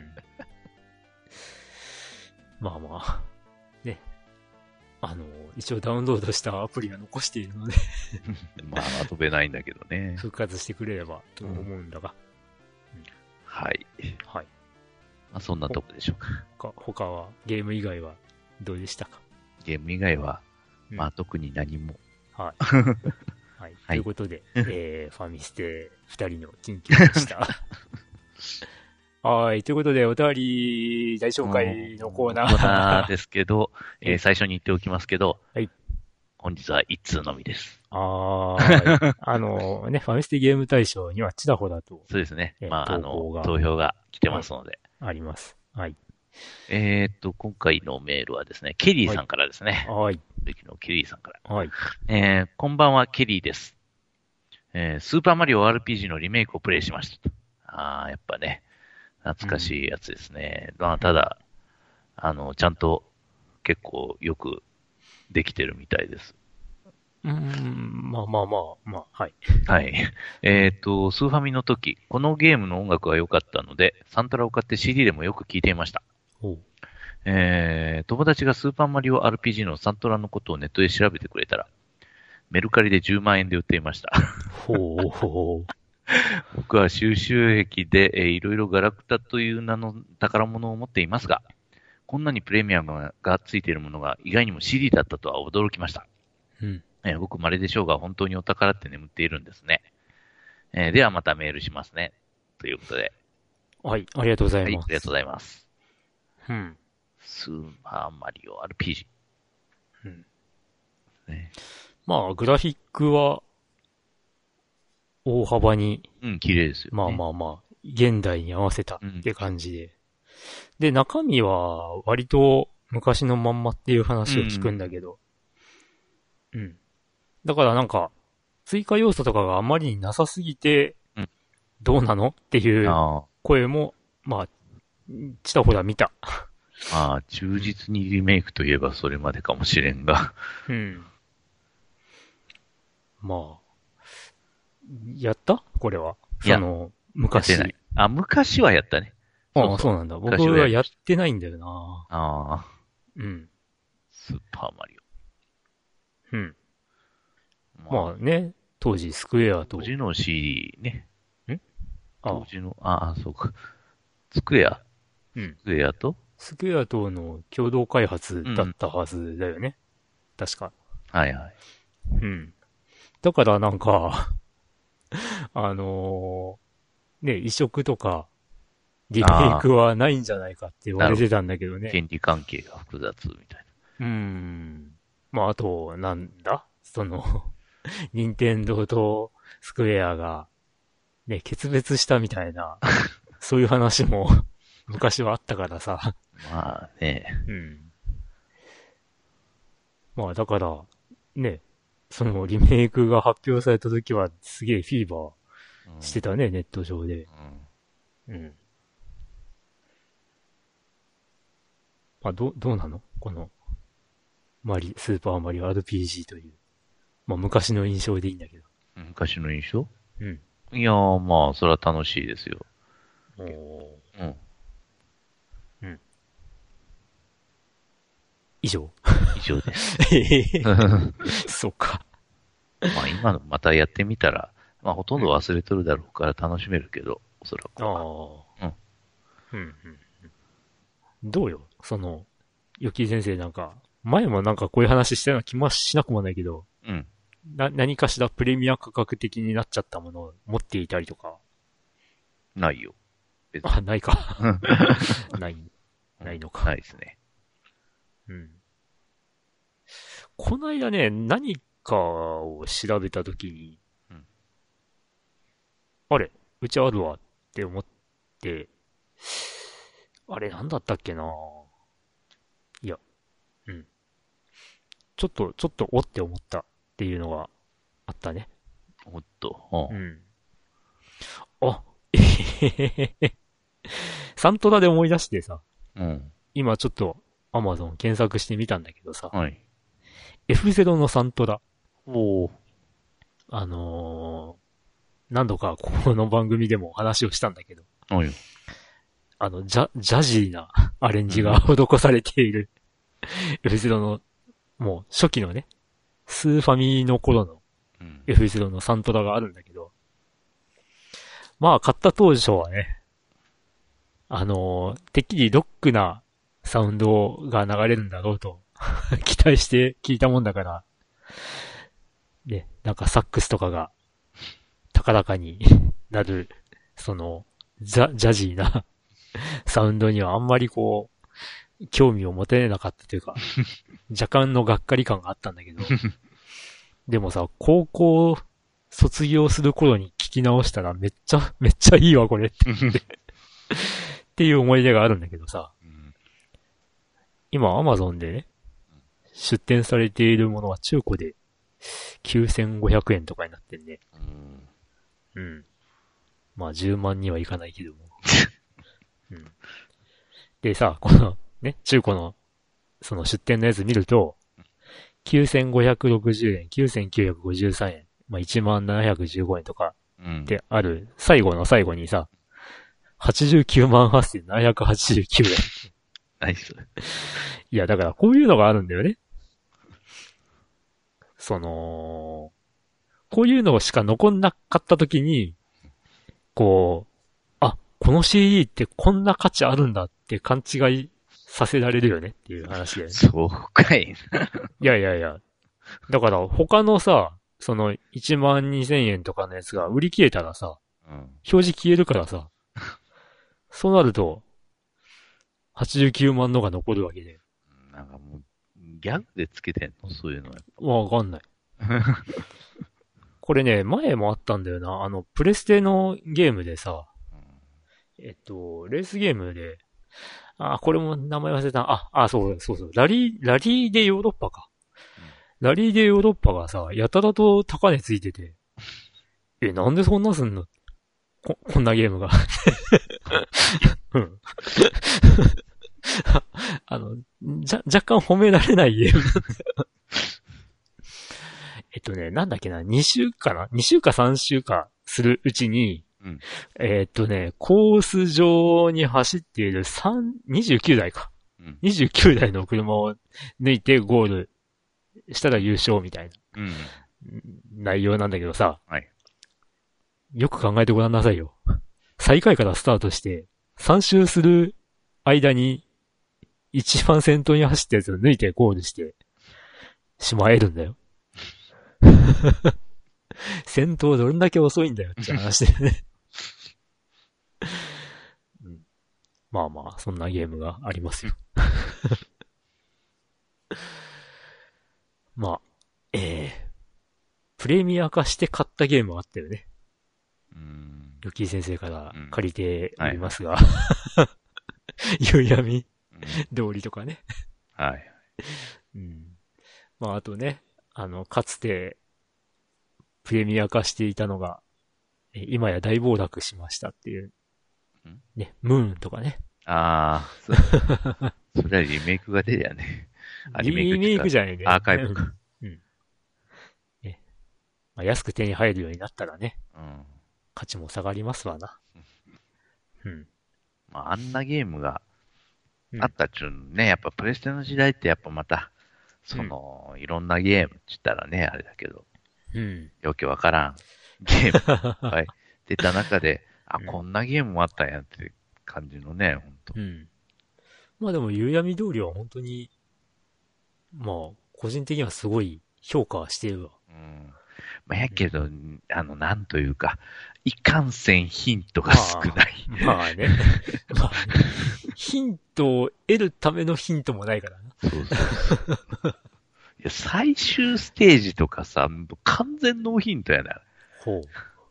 まあまあ、ね。あの、一応ダウンロードしたアプリは残しているのでまあ、遊べないんだけどね。 復活してくれればと思うんだが。 うんうん、はい。 はい。 まあ、そんなとこでしょうか。他は、ゲーム以外はどうでしたか？ ゲーム以外は、うん、まあ特に何も。 はい。はい。ということで、えー、ファミステ二人の緊急でした。はい。ということで、お便り大紹介のコーナー。 コーナーですけど、えー、最初に言っておきますけど、 はい。 本日は一通のみです。 あー、あのね、ファミステゲーム大賞にはちらほらと。 そうですね。えー、まあ、あの、投票が来てますので。 はい、あります。はい。 えーっと、今回のメールはですね、ケリーさんからですね。 はい。 のケリーさんから。 はい。 えー、こんばんは、ケリーです。えー、スーパーマリオ アールピージー のリメイクをプレイしました。あー、やっぱね、懐かしいやつですね。うん、まあ、ただ、あの、ちゃんと結構よくできてるみたいです。 うーん、まあまあまあ、まあ、はい。 はい。えっと、スーファミの時、このゲームの音楽が良かったので、サントラを買って シーディー でもよく聴いていました。 おうえー、友達がスーパーマリオ アールピージー のサントラのことをネットで調べてくれたら、メルカリでじゅうまんえんで売っていました。 ほうほう。 僕は収集癖で、えー、いろいろガラクタという名の宝物を持っていますが、こんなにプレミアムがついているものが意外にも シーディー だったとは驚きました。 うんえー、僕、稀でしょうが本当にお宝って眠っているんですね。えー、ではまたメールしますね。ということで。 はい、ありがとうございます。 はい、ありがとうございます。 うん。 スーパーマリオ アールピージー。 うん。 ね、 まあ、グラフィックは、大幅に。 うん、綺麗ですよ、ね。 まあまあまあ、現代に合わせたって感じで。うん、で、中身は、割と昔のまんまっていう話を聞くんだけど。うん。うん、だからなんか、追加要素とかがあまりになさすぎて、うん、どうなのっていう声も、まあ、ちらほら見た。 まあ、忠実にリメイクといえばそれまでかもしれんが。 うん。まあ、やったこれは。 いやその、昔。 やってない。あ、昔はやったね。 ああ、 そうそうそうなんだ。僕昔はやはやってないんだよな。 ああ、 うん。 スーパーマリうん。 オ。 まあね、当時スクエアと。 当時の シーディーね。 んあ当時の、ああ、そうか。スクエアうん。 スクエアとスクエアとの共同開発だったはずだよね。うん、確か。 はいはい。 うん。だからなんかあのー、ね、移植とか、リメイクはないんじゃないかって言われてたんだけどね。 権利関係が複雑みたいな。うーん。まあ、あと、なんだその任天堂とスクエアが、ね、決別したみたいな、そういう話も昔はあったからさ。 まあね。 うん。まあ、だから、ね、そのリメイクが発表された時はすげえフィーバーしてたね、うん、ネット上で。うん。うん。まあ、ど、どうなのこの、マリ、スーパーマリオ アールピージー という。まあ、昔の印象でいいんだけど。 昔の印象うん。 いやー、まあ、それは楽しいですよ。 おうん。 うん。以上以上です。 そうか。 まあ、今のまたやってみたら、まあ、ほとんど忘れとるだろうから楽しめるけど、おそらくは。 ああ。うん。うん、うん。どうよその、ヨキ先生なんか、前もなんかこういう話したような気もしなくもないけど、 うん。 な、何かしらプレミア価格的になっちゃったものを持っていたりとか。 ないよ。 あ、ないか。ない、ないのか。 ないですね。 うん。この間ね、何かを調べたときに、うん、あれ、うちあるわって思って、あれなんだったっけないや、うん。ちょっと、ちょっとおって思ったっていうのがあったね。 おっと。 うん。あ、えへへへ。サントラで思い出してさ、 うん、 今ちょっと Amazon 検索してみたんだけどさ、 はい、 エフゼロ のサントラ。 おー。 あのー、何度かこの番組でも話をしたんだけど、 はい、 あの、ジャ、ジャジーなアレンジが施されている、エフゼロ の、もう初期のね、スーファミの頃の エフゼロ のサントラがあるんだけど、まあ買った当初はね、あのー、てっきりロックなサウンドが流れるんだろうと期待して聞いたもんだから、ね、なんかサックスとかが高らかになる、その、ザ、ジャジーなサウンドにはあんまりこう、興味を持てなかったというか、若干のがっかり感があったんだけど、でもさ、高校卒業する頃に聞き直したらめっちゃ、めっちゃいいわこれってっていう思い出があるんだけどさ、今 Amazon でね、出展されているものは中古できゅうせんごひゃくえんとかになってんね。うん。うん。まあじゅうまんにはいかないけども。うん。でさ、このね、中古のその出展のやつ見ると、きゅうせんごひゃくろくじゅうえん、きゅうせんきゅうひゃくごじゅうさんえん、まあいちまんななひゃくじゅうごえんとかである、最後の最後にさ、はちじゅうきゅうまんはっせんななひゃくはちじゅうきゅうえん。 何それ。 いや、だからこういうのがあるんだよね。その、こういうのしか残んなかった時に、こう、あ、この シーディー ってこんな価値あるんだって勘違いさせられるよねっていう話で、ね。 そうかい。 いやいやいや。だから他のさ、そのいちまんにせんえんとかのやつが売り切れたらさ、うん、表示消えるからさ、そうなると、はちじゅうきゅうまんのが残るわけで。 なんかもう、ギャグでつけてんのそういうのは。わかんない。これね、前もあったんだよな。あの、プレステのゲームでさ、うん、えっと、レースゲームで、あ、これも名前忘れた。あ、あ、そう、そうそう。ラリー、ラリーでヨーロッパか。うん、ラリーでヨーロッパがさ、やたらと高値ついてて、え、なんでそんなすんのこ、こんなゲームが。うん。 あの、じゃ、若干褒められないゲームなんだよ。えっとね、なんだっけな、に週かな ?に 週かさん週かするうちに、うん、えっとね、コース上に走っている3、にじゅうきゅうだいか。うん、にじゅうきゅうだいの車を抜いてゴールしたら優勝みたいな、うん、内容なんだけどさ、はい、よく考えてごらんなさいよ。最下位からスタートして、さん周する間に一番先頭に走ったやつを抜いてゴールしてしまえるんだよ。先頭どれだけ遅いんだよって話でね、うん。まあまあ、そんなゲームがありますよ。まあ、えー、プレミア化して買ったゲームはあったよね。うん。ロッキー先生から借りておりますが、うんはい、夕闇通りとかね。はい。うん。まああとね、あの、かつて、プレミア化していたのが、今や大暴落しましたっていう。ね、ムーンとかね。 ああ、そ, それはリメイクが出りゃね。 リメイクリメイクじゃねえね。 アーカイブか。 うん。ね。まあ、安く手に入るようになったらね。うん。価値も下がりますわな。 うん。まあ、あんなゲームがあったっちゅうね、やっぱプレステの時代ってやっぱまた、その、うん、いろんなゲームって言ったらね、あれだけど。うん。よくわからんゲーム、はい、出た中で、あ、うん、こんなゲームもあったんやって感じのね、ほんと。うん。 まあでも、夕闇通りは本当に、まあ、個人的にはすごい評価はしてるわ。うん。 まあ、やけど、うん、あの、なんというか、いかんせんヒントが少ない。 まあ、まあね。まあね。ヒントを得るためのヒントもないからな。そうそう。 いや、最終ステージとかさ、完全ノーヒントやな。ほう。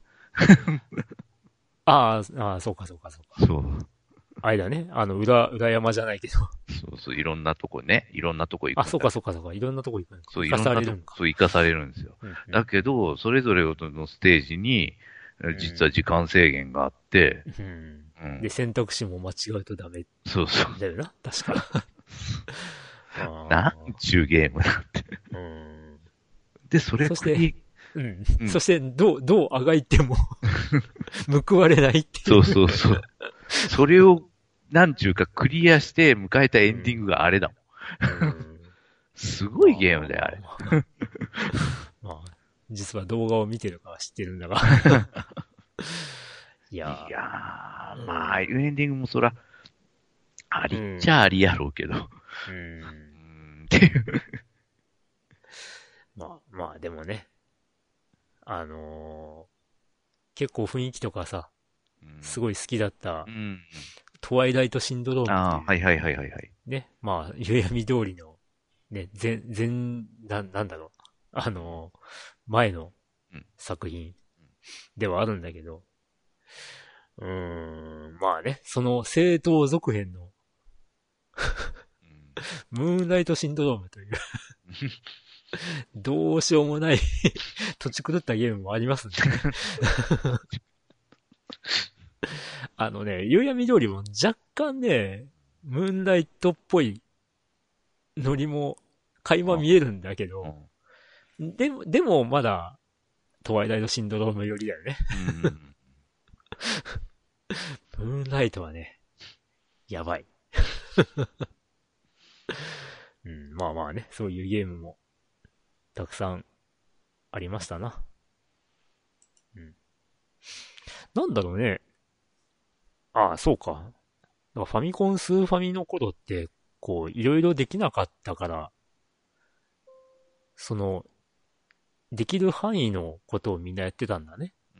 ああ、ああ、そうかそうかそうか。そう。あれだね。あの、裏、裏山じゃないけど。 そうそう、いろんなとこね。いろんなとこ行く。 あ、そうかそうかそうか。いろんなとこ行くんそう、いろんなとこ。そう、行かされるんですよ。うんうん、だけど、それぞれのステージに、実は時間制限があって、 うんうん、で、選択肢も間違うとダメ。 そうそう。 だよな、確か。 なんちゅうゲームだって。うん、で、それそして、うん。うん、そして、どう、どうあがいても、報われないっていう。そうそうそう。それを、なんちゅうかクリアして迎えたエンディングがあれだもん。うん、すごいゲームだよ、あれ。 まあ、実は動画を見てるかは知ってるんだが。いやー。 いやー、まあ、ああいうエンディングもそら、ありっちゃありやろうけど。うん。うんっていう。 まあ、まあ、でもね。あのー、結構雰囲気とかさ、すごい好きだった、うん、トワイライトシンドロームっていう。ああ、 はいはいはいはいはい。 ね、まあ、夕闇通りの、ね、全、全、な、なんだろう。あのー、前の作品ではあるんだけど、うーん、まあね、その正当続編の、ムーンライトシンドロームというどうしようもない土地狂ったゲームもありますね。あのね、夕闇通りも若干ね、ムーンライトっぽいノリも垣間見えるんだけど、でも、でもまだトワイライトシンドロームよりだよね。ムーンライトはね、やばい。うん、まあまあね、そういうゲームもたくさんありましたな。うん。なんだろうね。ああ、そうか。だからファミコンスーファミの頃って、こう、いろいろできなかったから、その、できる範囲のことをみんなやってたんだね。うん。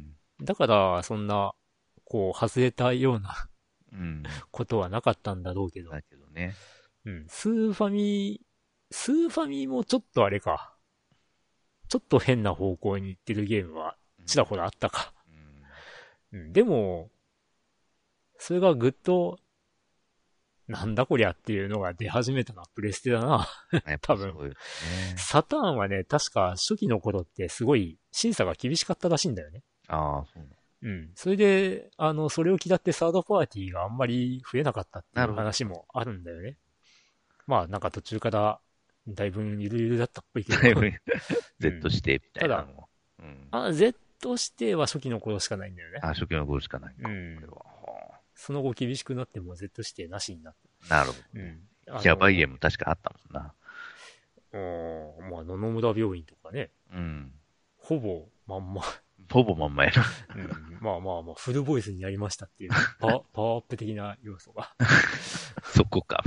だから、そんな、こう、外れたようなうん、ことはなかったんだろうけど。 だけどね。 うん。スーファミ、スーファミもちょっとあれか。ちょっと変な方向に行ってるゲームはちらほらあったか。うん。うん、でも、それがぐっと、なんだこりゃっていうのが出始めたのはプレステだな。多分、ね。サターンはね、確か初期の頃ってすごい審査が厳しかったらしいんだよね。 ああ、そううん。それで、あの、それを嫌ってサードパーティーがあんまり増えなかったっていう話もあるんだよね。まあ、なんか途中から、だいぶゆるゆるだったっぽいけど。 だいぶ Z 指定みたいなのも。 うん、あ、Z 指定は初期の頃しかないんだよね。 あ、初期の頃しかないか。 うん。これはその後厳しくなっても Z 指定なしになった。 なるほど。うん。やばいゲーム確かあったもんな。 うん。まあ、野々村病院とかね。 うん。 ほぼまんま。 ほぼまんまやな。 うん。まあまあまあ、フルボイスにやりましたっていうパワ、パワーアップ的な要素が。 そこか。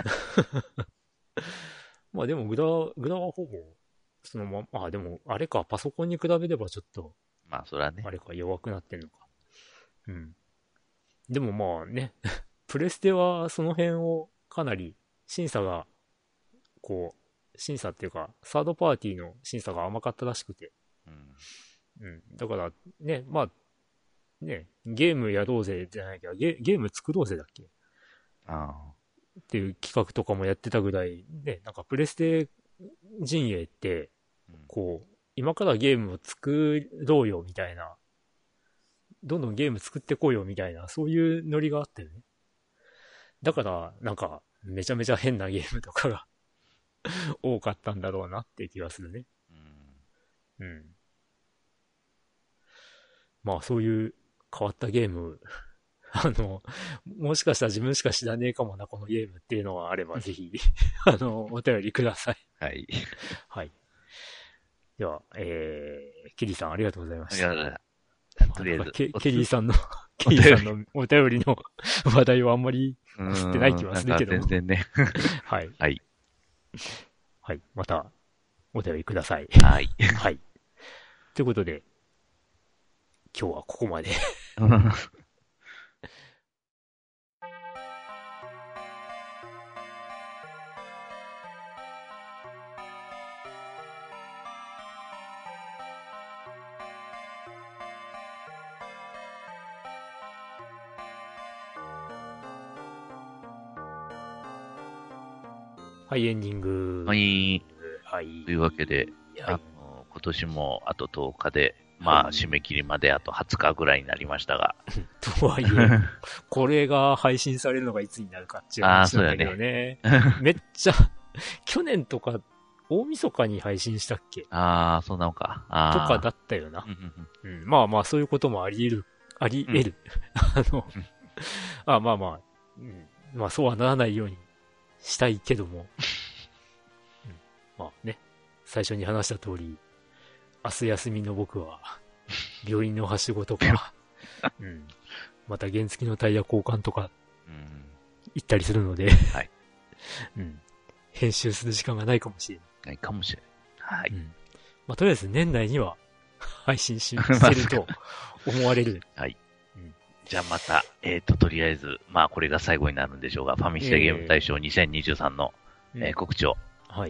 まあでも、グラ、グラはほぼ、そのまま、あ、でも、あれか、パソコンに比べればちょっと、 まあ、それはね。 あれか、弱くなってんのか。うん。でもまあね、プレステはその辺をかなり審査が、こう、審査っていうか、サードパーティーの審査が甘かったらしくて。うん。うん。だから、ね、まあ、ね、ゲームやろうぜじゃないけど、ゲゲーム作ろうぜだっけああ。 っていう企画とかもやってたぐらい、ね、なんかプレステ陣営って、こう、今からゲームを作ろうよみたいな、どんどんゲーム作ってこうよみたいな、そういうノリがあったよね。だから、なんか、めちゃめちゃ変なゲームとかが多かったんだろうなって気がするね。うん。うん。まあ、そういう変わったゲーム、あの、もしかしたら自分しか知らねえかもな、このゲームっていうのがあれば、ぜひ、あの、お便りください。 はい。 はい。では、えー、ケリーさんありがとうございました。 いや、とりあえず。 ケケリーさんの、ケリーさんのお便りの話題はあんまり知ってない気はするけど。 全然ね。 はい。 はい。 はい。また、お便りください。 はい。 はい。ということで、今日はここまで。はい、エンディング。 はい。 はい。 というわけで、はい、あの今年もあととおかで、まあ、はい、締め切りまであとはつかぐらいになりましたが。 とはいえ、これが配信されるのがいつになるかっていう話なんだけどね。ねめっちゃ、去年とか、大晦日に配信したっけああ、そうなのか。 とかだったよな。うん、まあまあ、そういうこともあり得る、あり得る。うん、あの、あまあまあ、うん、まあそうはならないようにしたいけども。うん、まあね、最初に話した通り、明日休みの僕は、病院のはしごとか、うん、また原付のタイヤ交換とか、行ったりするので、はい、うん、編集する時間がないかもしれない。 ないかもしれない。はい。うん、 まあ、とりあえず年内には配信ししてると思われる。 はい。うん、じゃあまた、えっ、ー、と、とりあえず、まあこれが最後になるんでしょうが、ファミスタゲーム大賞にせんにじゅうさんの、えーえー、告知を。 はい。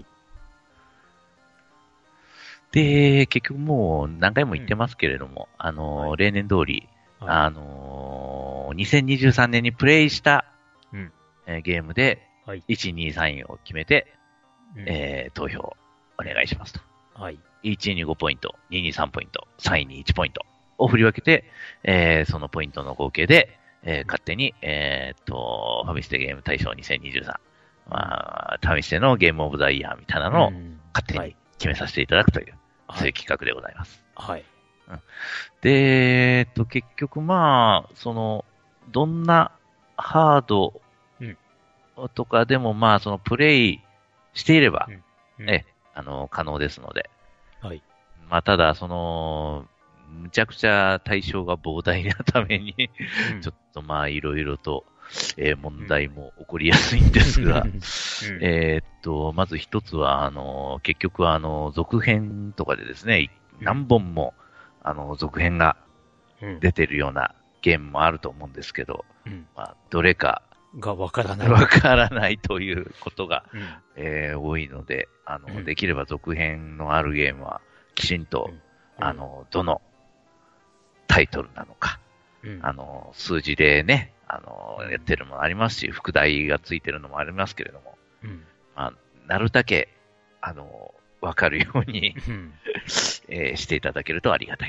で、結局もう何回も言ってますけれども、うん、あのーはい、例年通り、はい、あのー、にせんにじゅうさんねんにプレイした、うんえー、ゲームで、はい、いち、に、さんいを決めて、うんえー、投票お願いしますと。はい。いちいにごポイント、にいにさんポイント、さんいにいちポイントを振り分けて、えー、そのポイントの合計で、えー、勝手に、えー、っと、ファミステゲーム大賞にせんにじゅうさん、まあ、ファミステのゲームオブザイヤーみたいなのを勝手に決めさせていただくという、はい、そういう企画でございます。はい。うん、で、えー、っと、結局まあ、その、どんなハードとかでもまあ、そのプレイしていれば、うんうん、え、あの、可能ですので。はい。まあ、ただ、その、むちゃくちゃ対象が膨大なために、うん、ちょっとまあ、いろいろと、えー、問題も起こりやすいんですが、うん、えー、っと、まず一つは、あの、結局は、あの、続編とかでですね、何本も、あの、続編が出てるようなゲームもあると思うんですけど、うん、まあ、どれか、 がわからない。 わからないということが、うんえー、多いので、あの、うん、できれば続編のあるゲームは、きちんと、うん、あの、どのタイトルなのか、うん、あの、数字でね、あの、やってるものありますし、副題がついてるのもありますけれども、うんまあ、なるだけ、あの、わかるように、うんえー、していただけるとありがたいと。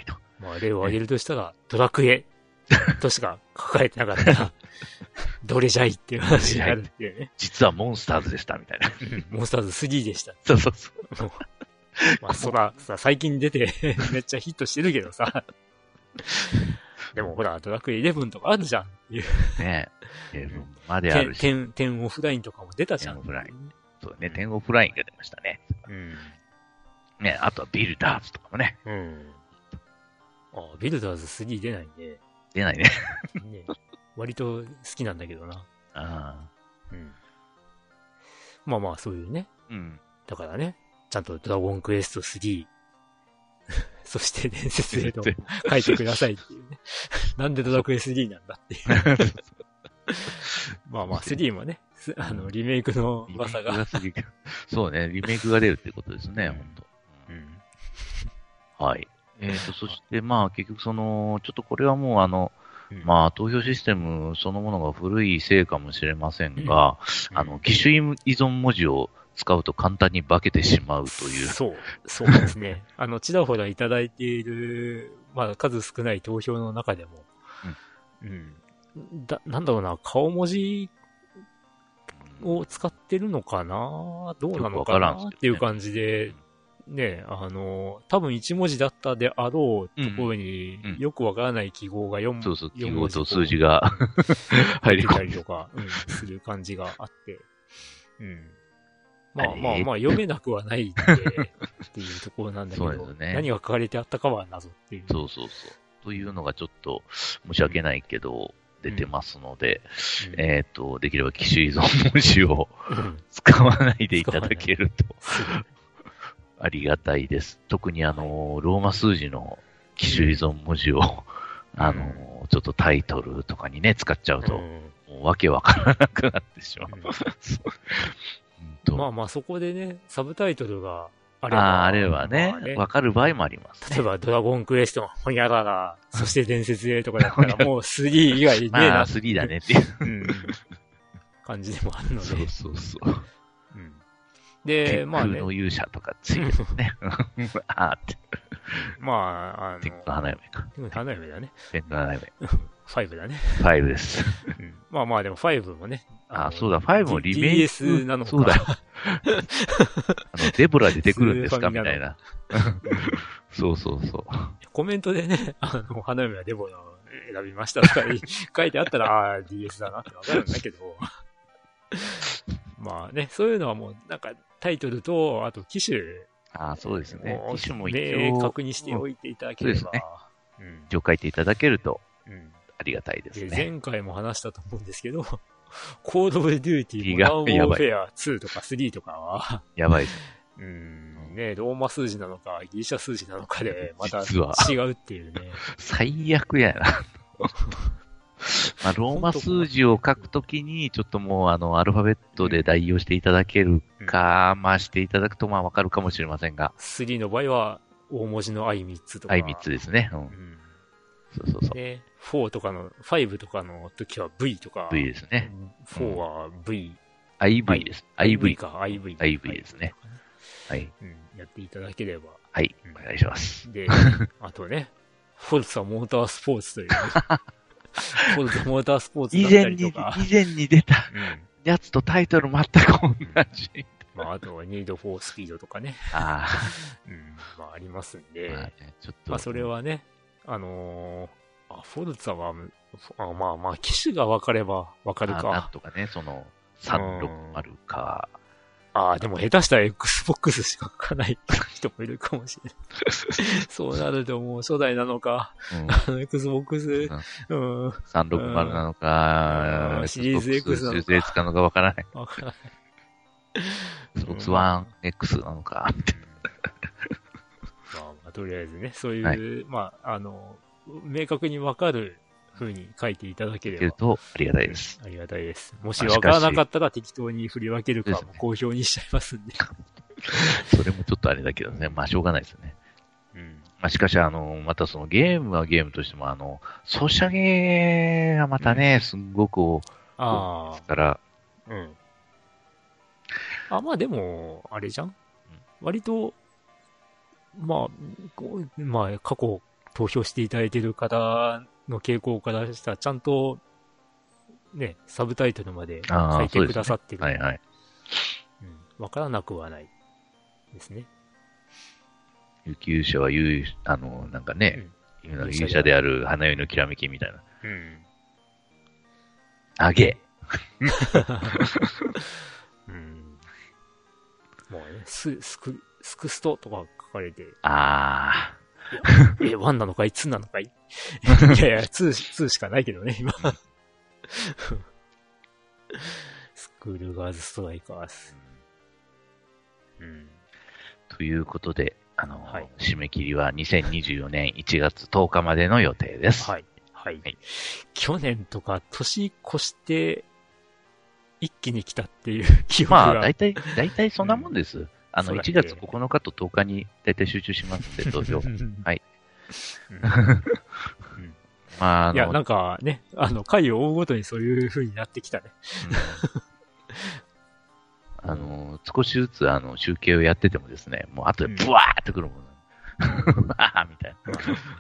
まあ、例を挙げるとしたら、ドラクエとしか書かれてなかったら、どれじゃいっていう話になるっていうね。 実はモンスターズでした、みたいな。 モンスターズスリーでした。 そうそうそう。 まあ、そら、さ、最近出てめっちゃヒットしてるけどさ。でもほら、ドラクエイレブンとかあるじゃんっていう。 ねえ。イレブンまであるし。 テン、テンオフラインとかも出たじゃん。 テンオフライン。そうね、テンオフラインが出ましたね。 うん。 ねあとはビルダーズとかもね。 うん。ああ、ビルダーズスリー出ないね。 出ないね。 ね割と好きなんだけどな。 ああ。 うん。まあまあ、そういうね。 うん。 だからね、ちゃんとドラゴンクエストスリー、そして伝説へと書いてくださいっていうね。なんでドラクエスリーなんだっていう。まあまあ、スリーもね、あの、リメイクの噂が。 そうね、リメイクが出るってことですね、ほんと。 うん。 はい。えっと、そしてまあ結局その、ちょっとこれはもうあの、 うん、 まあ投票システムそのものが古いせいかもしれませんが、うん、あの、機種依存文字を使うと簡単に化けてしまうという。 そう、そうですね。あの、ちらほらいただいている、まあ数少ない投票の中でも、うん。うん、だ、なんだろうな、顔文字を使ってるのかな、どうなのかなっていう感じで、ね、あの、多分一文字だったであろうところによくわからない記号がよん、 そうそう、記号と数字が入り込んでたりとか、うん、する感じがあって、うん。まあまあまあ読めなくはないってっていうところなんだけど、そうですね、何が書かれてあったかは謎っていう。 そうそうそう。というのがちょっと申し訳ないけど、出てますので、うん、えっ、ー、と、できれば機種依存文字を使わないでいただけると。ありがたいです。特にあの、ローマ数字の機種依存文字を、うん、あの、ちょっとタイトルとかにね、使っちゃうと、うん、もうわけわからなくなってしまう。 うん、まあまあそこでね、サブタイトルがあれば。 ああ、あればね、わ、ね、かる場合もあります、ね。 例えばドラゴンクエスト、ほにゃらら、そして伝説へとかだったらもうスリー以外ねえな。 まあスリーだねっていう、うん、 感じでもあるので。 そうそうそう。 うんで、まあね。 天空の勇者とかついてるね。あーって。 まあ、あの。 天空の花嫁か。 天空の花嫁だね。 天空の花嫁。 ファイブだね。 ファイブです。 うん、まあまあでもファイブもね。 ああ、そうだ、ファイブもリメイク。 ディーエス なのか。 そうだよ。あの、デブラ出てくるんですかみたいな。そうそうそう。 コメントでね、あの、花嫁はデボラを選びましたとか書いてあったら、ああ、ディーエス だなってわかるんだけど。まあね、そういうのはもう、なんか、タイトルと、あと機種。 ああ、そうですね。機種も一応。確認しておいていただければ。そうですね。 うん。一応書いていただけると、うん、ありがたいですね。 で前回も話したと思うんですけど、コードオブデューティー、モダンウォーフェアツーとかスリーとかは、 やばいです。 うん、ね、ローマ数字なのか、ギリシャ数字なのかで、また違うっていうね。 最悪やな。まあ、ローマ数字を書くときに、ちょっともう、あの、アルファベットで代用していただけるか、うん、まあ、していただくと、まあ、わかるかもしれませんが。 スリーの場合は、大文字の アイスリー つとか。 アイスリー つですね。うん。うん、 そうそうそう。で、フォーとかの、ファイブとかの時は ブイ とか。 ブイ ですね。 フォーは ブイ。 アイブイ です。アイブイか、アイブイ。 アイブイ ですね。はい。 うん。やっていただければ。 はい。お願いします。 で、あとね、フォルツァモータースポーツという、ね。フォルツァモータースポーツだったりとか。 以前に、以前に出たやつとタイトル全く同じ。 まあ、あとはニードフォースピードとかね。 ああ。 うん。まあ、ありますんで。 まあ、ね、ちょっと。 まあ、それはね、あのー、あ、フォルツァは、あまあまあ、機種が分かれば分かるか。 なんとかね、その、さんろくまるか。 ああ、でも下手したら Xbox しか書かない人もいるかもしれない。そうなるともう初代なのか、うん、Xbox、 うんうん、さんろくまるなのか、 うん、シリーズ X なのか。 シリーズ X かのかわからない。 わからない。 Xbox One X なのか。 まあまあ、とりあえずね、そういう、はい、まあ、あの、明確にわかる風に書いていただければ。 とありがたいです。 ありがたいです。もしわからなかったら適当に振り分けるかも好評にしちゃいますんで。 それもちょっとあれだけどね。まあしょうがないですよね。うん。まあしかしあの、またそのゲームはゲームとしてもあの、ソシャゲがまたね、すんごく、 ああ。 ですから。 うん。あ、まあでも、あれじゃん、うん、割と、まあ、こうまあ過去投票していただいている方の傾向からしたら、ちゃんと、ね、サブタイトルまで書いてくださってる。 ね、はいはい。 うん。わからなくはないですね。 雪勇者は勇、あの、なんかね、うん、勇者である花嫁のきらめきみたいな。うん。あげうん。もうね、ス、スク、スクストとか書かれて。 ああ。え、ワンなのかいツーなのかいいやいや、ツー、ツーしかないけどね、今。スクールガーズストライカーズ。 うん。ということで、あの、はい、締め切りはにせんにじゅうよねんいちがつとおかまでの予定です。 はい。はい。はい、去年とか年越して一気に来たっていう記憶が。 まあ、大体、大体そんなもんです。うん、あの、いちがつここのかととおかに大体集中しますんで、投票。はい。うんまあ、あのいや、なんかね、あの、回を追うごとにそういう風になってきたね。 うん、あの、少しずつ、あの、集計をやっててもですね、もう後でブワーってくるもん、ね。うん、ああ、みたいな。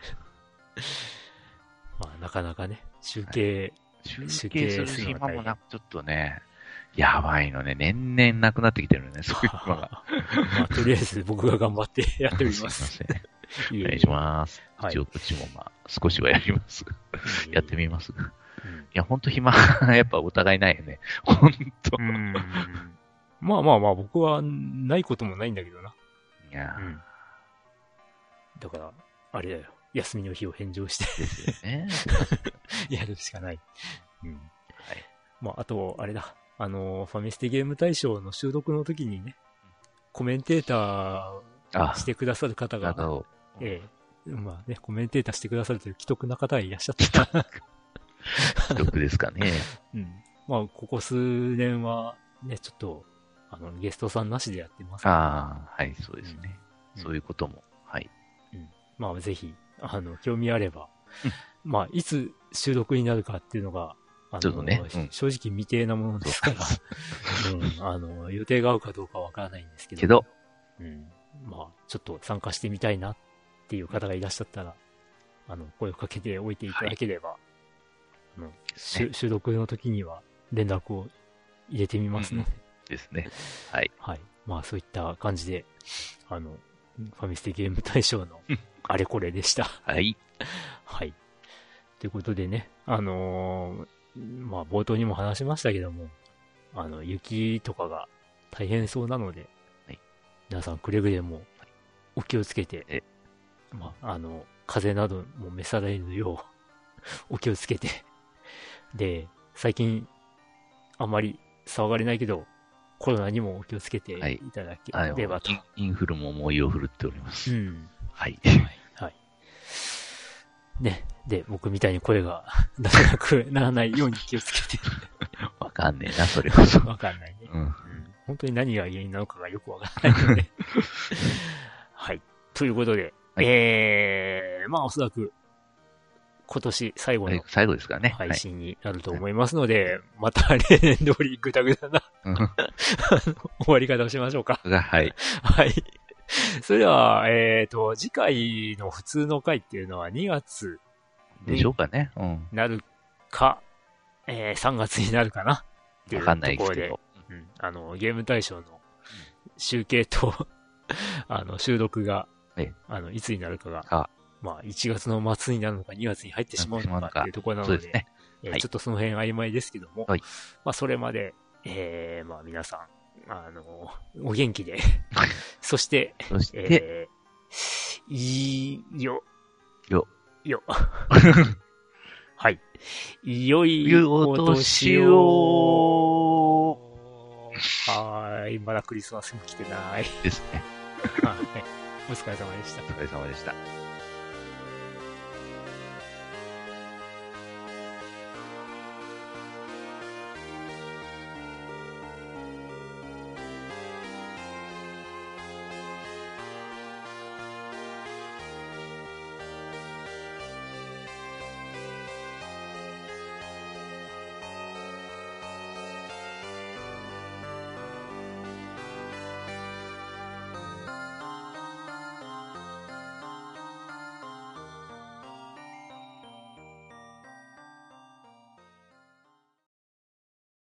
まあ、なかなかね、集計、 はい、集計する暇もなく、ちょっとね、やばいのね、年々なくなってきてるね、そういう暇が。 まあ、とりあえず僕が頑張ってやっております。 すいません。お願いします。はい、一応こっちもまあ、少しはやります。やってみます。うん、いや、ほんと暇、やっぱお互いないよね。ほんと。うんまあまあまあ、僕はないこともないんだけどな。 いや、うん、 だから、あれだよ。休みの日を返上して。 ですよね。 やるしかない。うん。はい。まあ、あと、あれだ。あの、ファミステゲーム大賞の収録の時にね、コメンテーターしてくださる方が、ええ、まあね、コメンテーターしてくださるという既得な方がいらっしゃった。 既得ですかね。 うん。まあ、ここ数年は、ね、ちょっと、あの、ゲストさんなしでやってますから。 ああ、はい、そうですね。うん、そういうことも、はい。 うん。まあ、ぜひ、あの、興味あれば、まあ、いつ収録になるかっていうのが、あの、 ちょっとね、 うん、正直未定なものですから、うん、あの、予定が合うかどうかわからないんですけど、 けど、 うん、まあ、ちょっと参加してみたいなっていう方がいらっしゃったら、あの、声をかけておいていただければ、はい、あの、ね、収録の時には連絡を入れてみますので、 うん、ですね。はい。 はい。まあ、そういった感じで、あの、ファミステゲーム大賞のあれこれでした。 はい。 はい。ということでね、あのー、まあ、冒頭にも話しましたけども、あの、雪とかが大変そうなので、はい、皆さんくれぐれもお気をつけて、まあ、あの、風邪なども召されぬようお気をつけて、で、最近、あまり騒がれないけど、コロナにもお気をつけていただければと。 はい、インフルも猛威を振るっております。 うん。 はい。 はい。はい。ね。で、僕みたいに声が出せなくならないように気をつけて。 わかんねえな、それこそ。 わかんないね、 うん。うん。 本当に何が原因なのかがよくわからないので。はい。ということで、はい、えー、まあおそらく、今年最後の最後ですかね。 配信になると思いますので、はい、また例年通りぐだぐだな終わり方をしましょうか。 はい。 はい。それでは、えっと、次回の普通の回っていうのはにがつでしょうかね。うん。 なるか、えー、さんがつになるかなっていうところで、わかんないですけど、うん、あの、ゲーム大賞の集計とあの、収録が、ええ、あの、いつになるかが、あまあ、いちがつの末になるのかにがつに入ってしまうのかっていうところなので、でねえーはい、ちょっとその辺曖昧ですけども、はい、まあ、それまで、えー、まあ、皆さん、あの、お元気で、そして、 そして、えー、いいよ、 よ、 よ。はい。良いお年を。はい。まだクリスマスも来てない。 ですね。 はい。お疲れ様でした。 お疲れ様でした。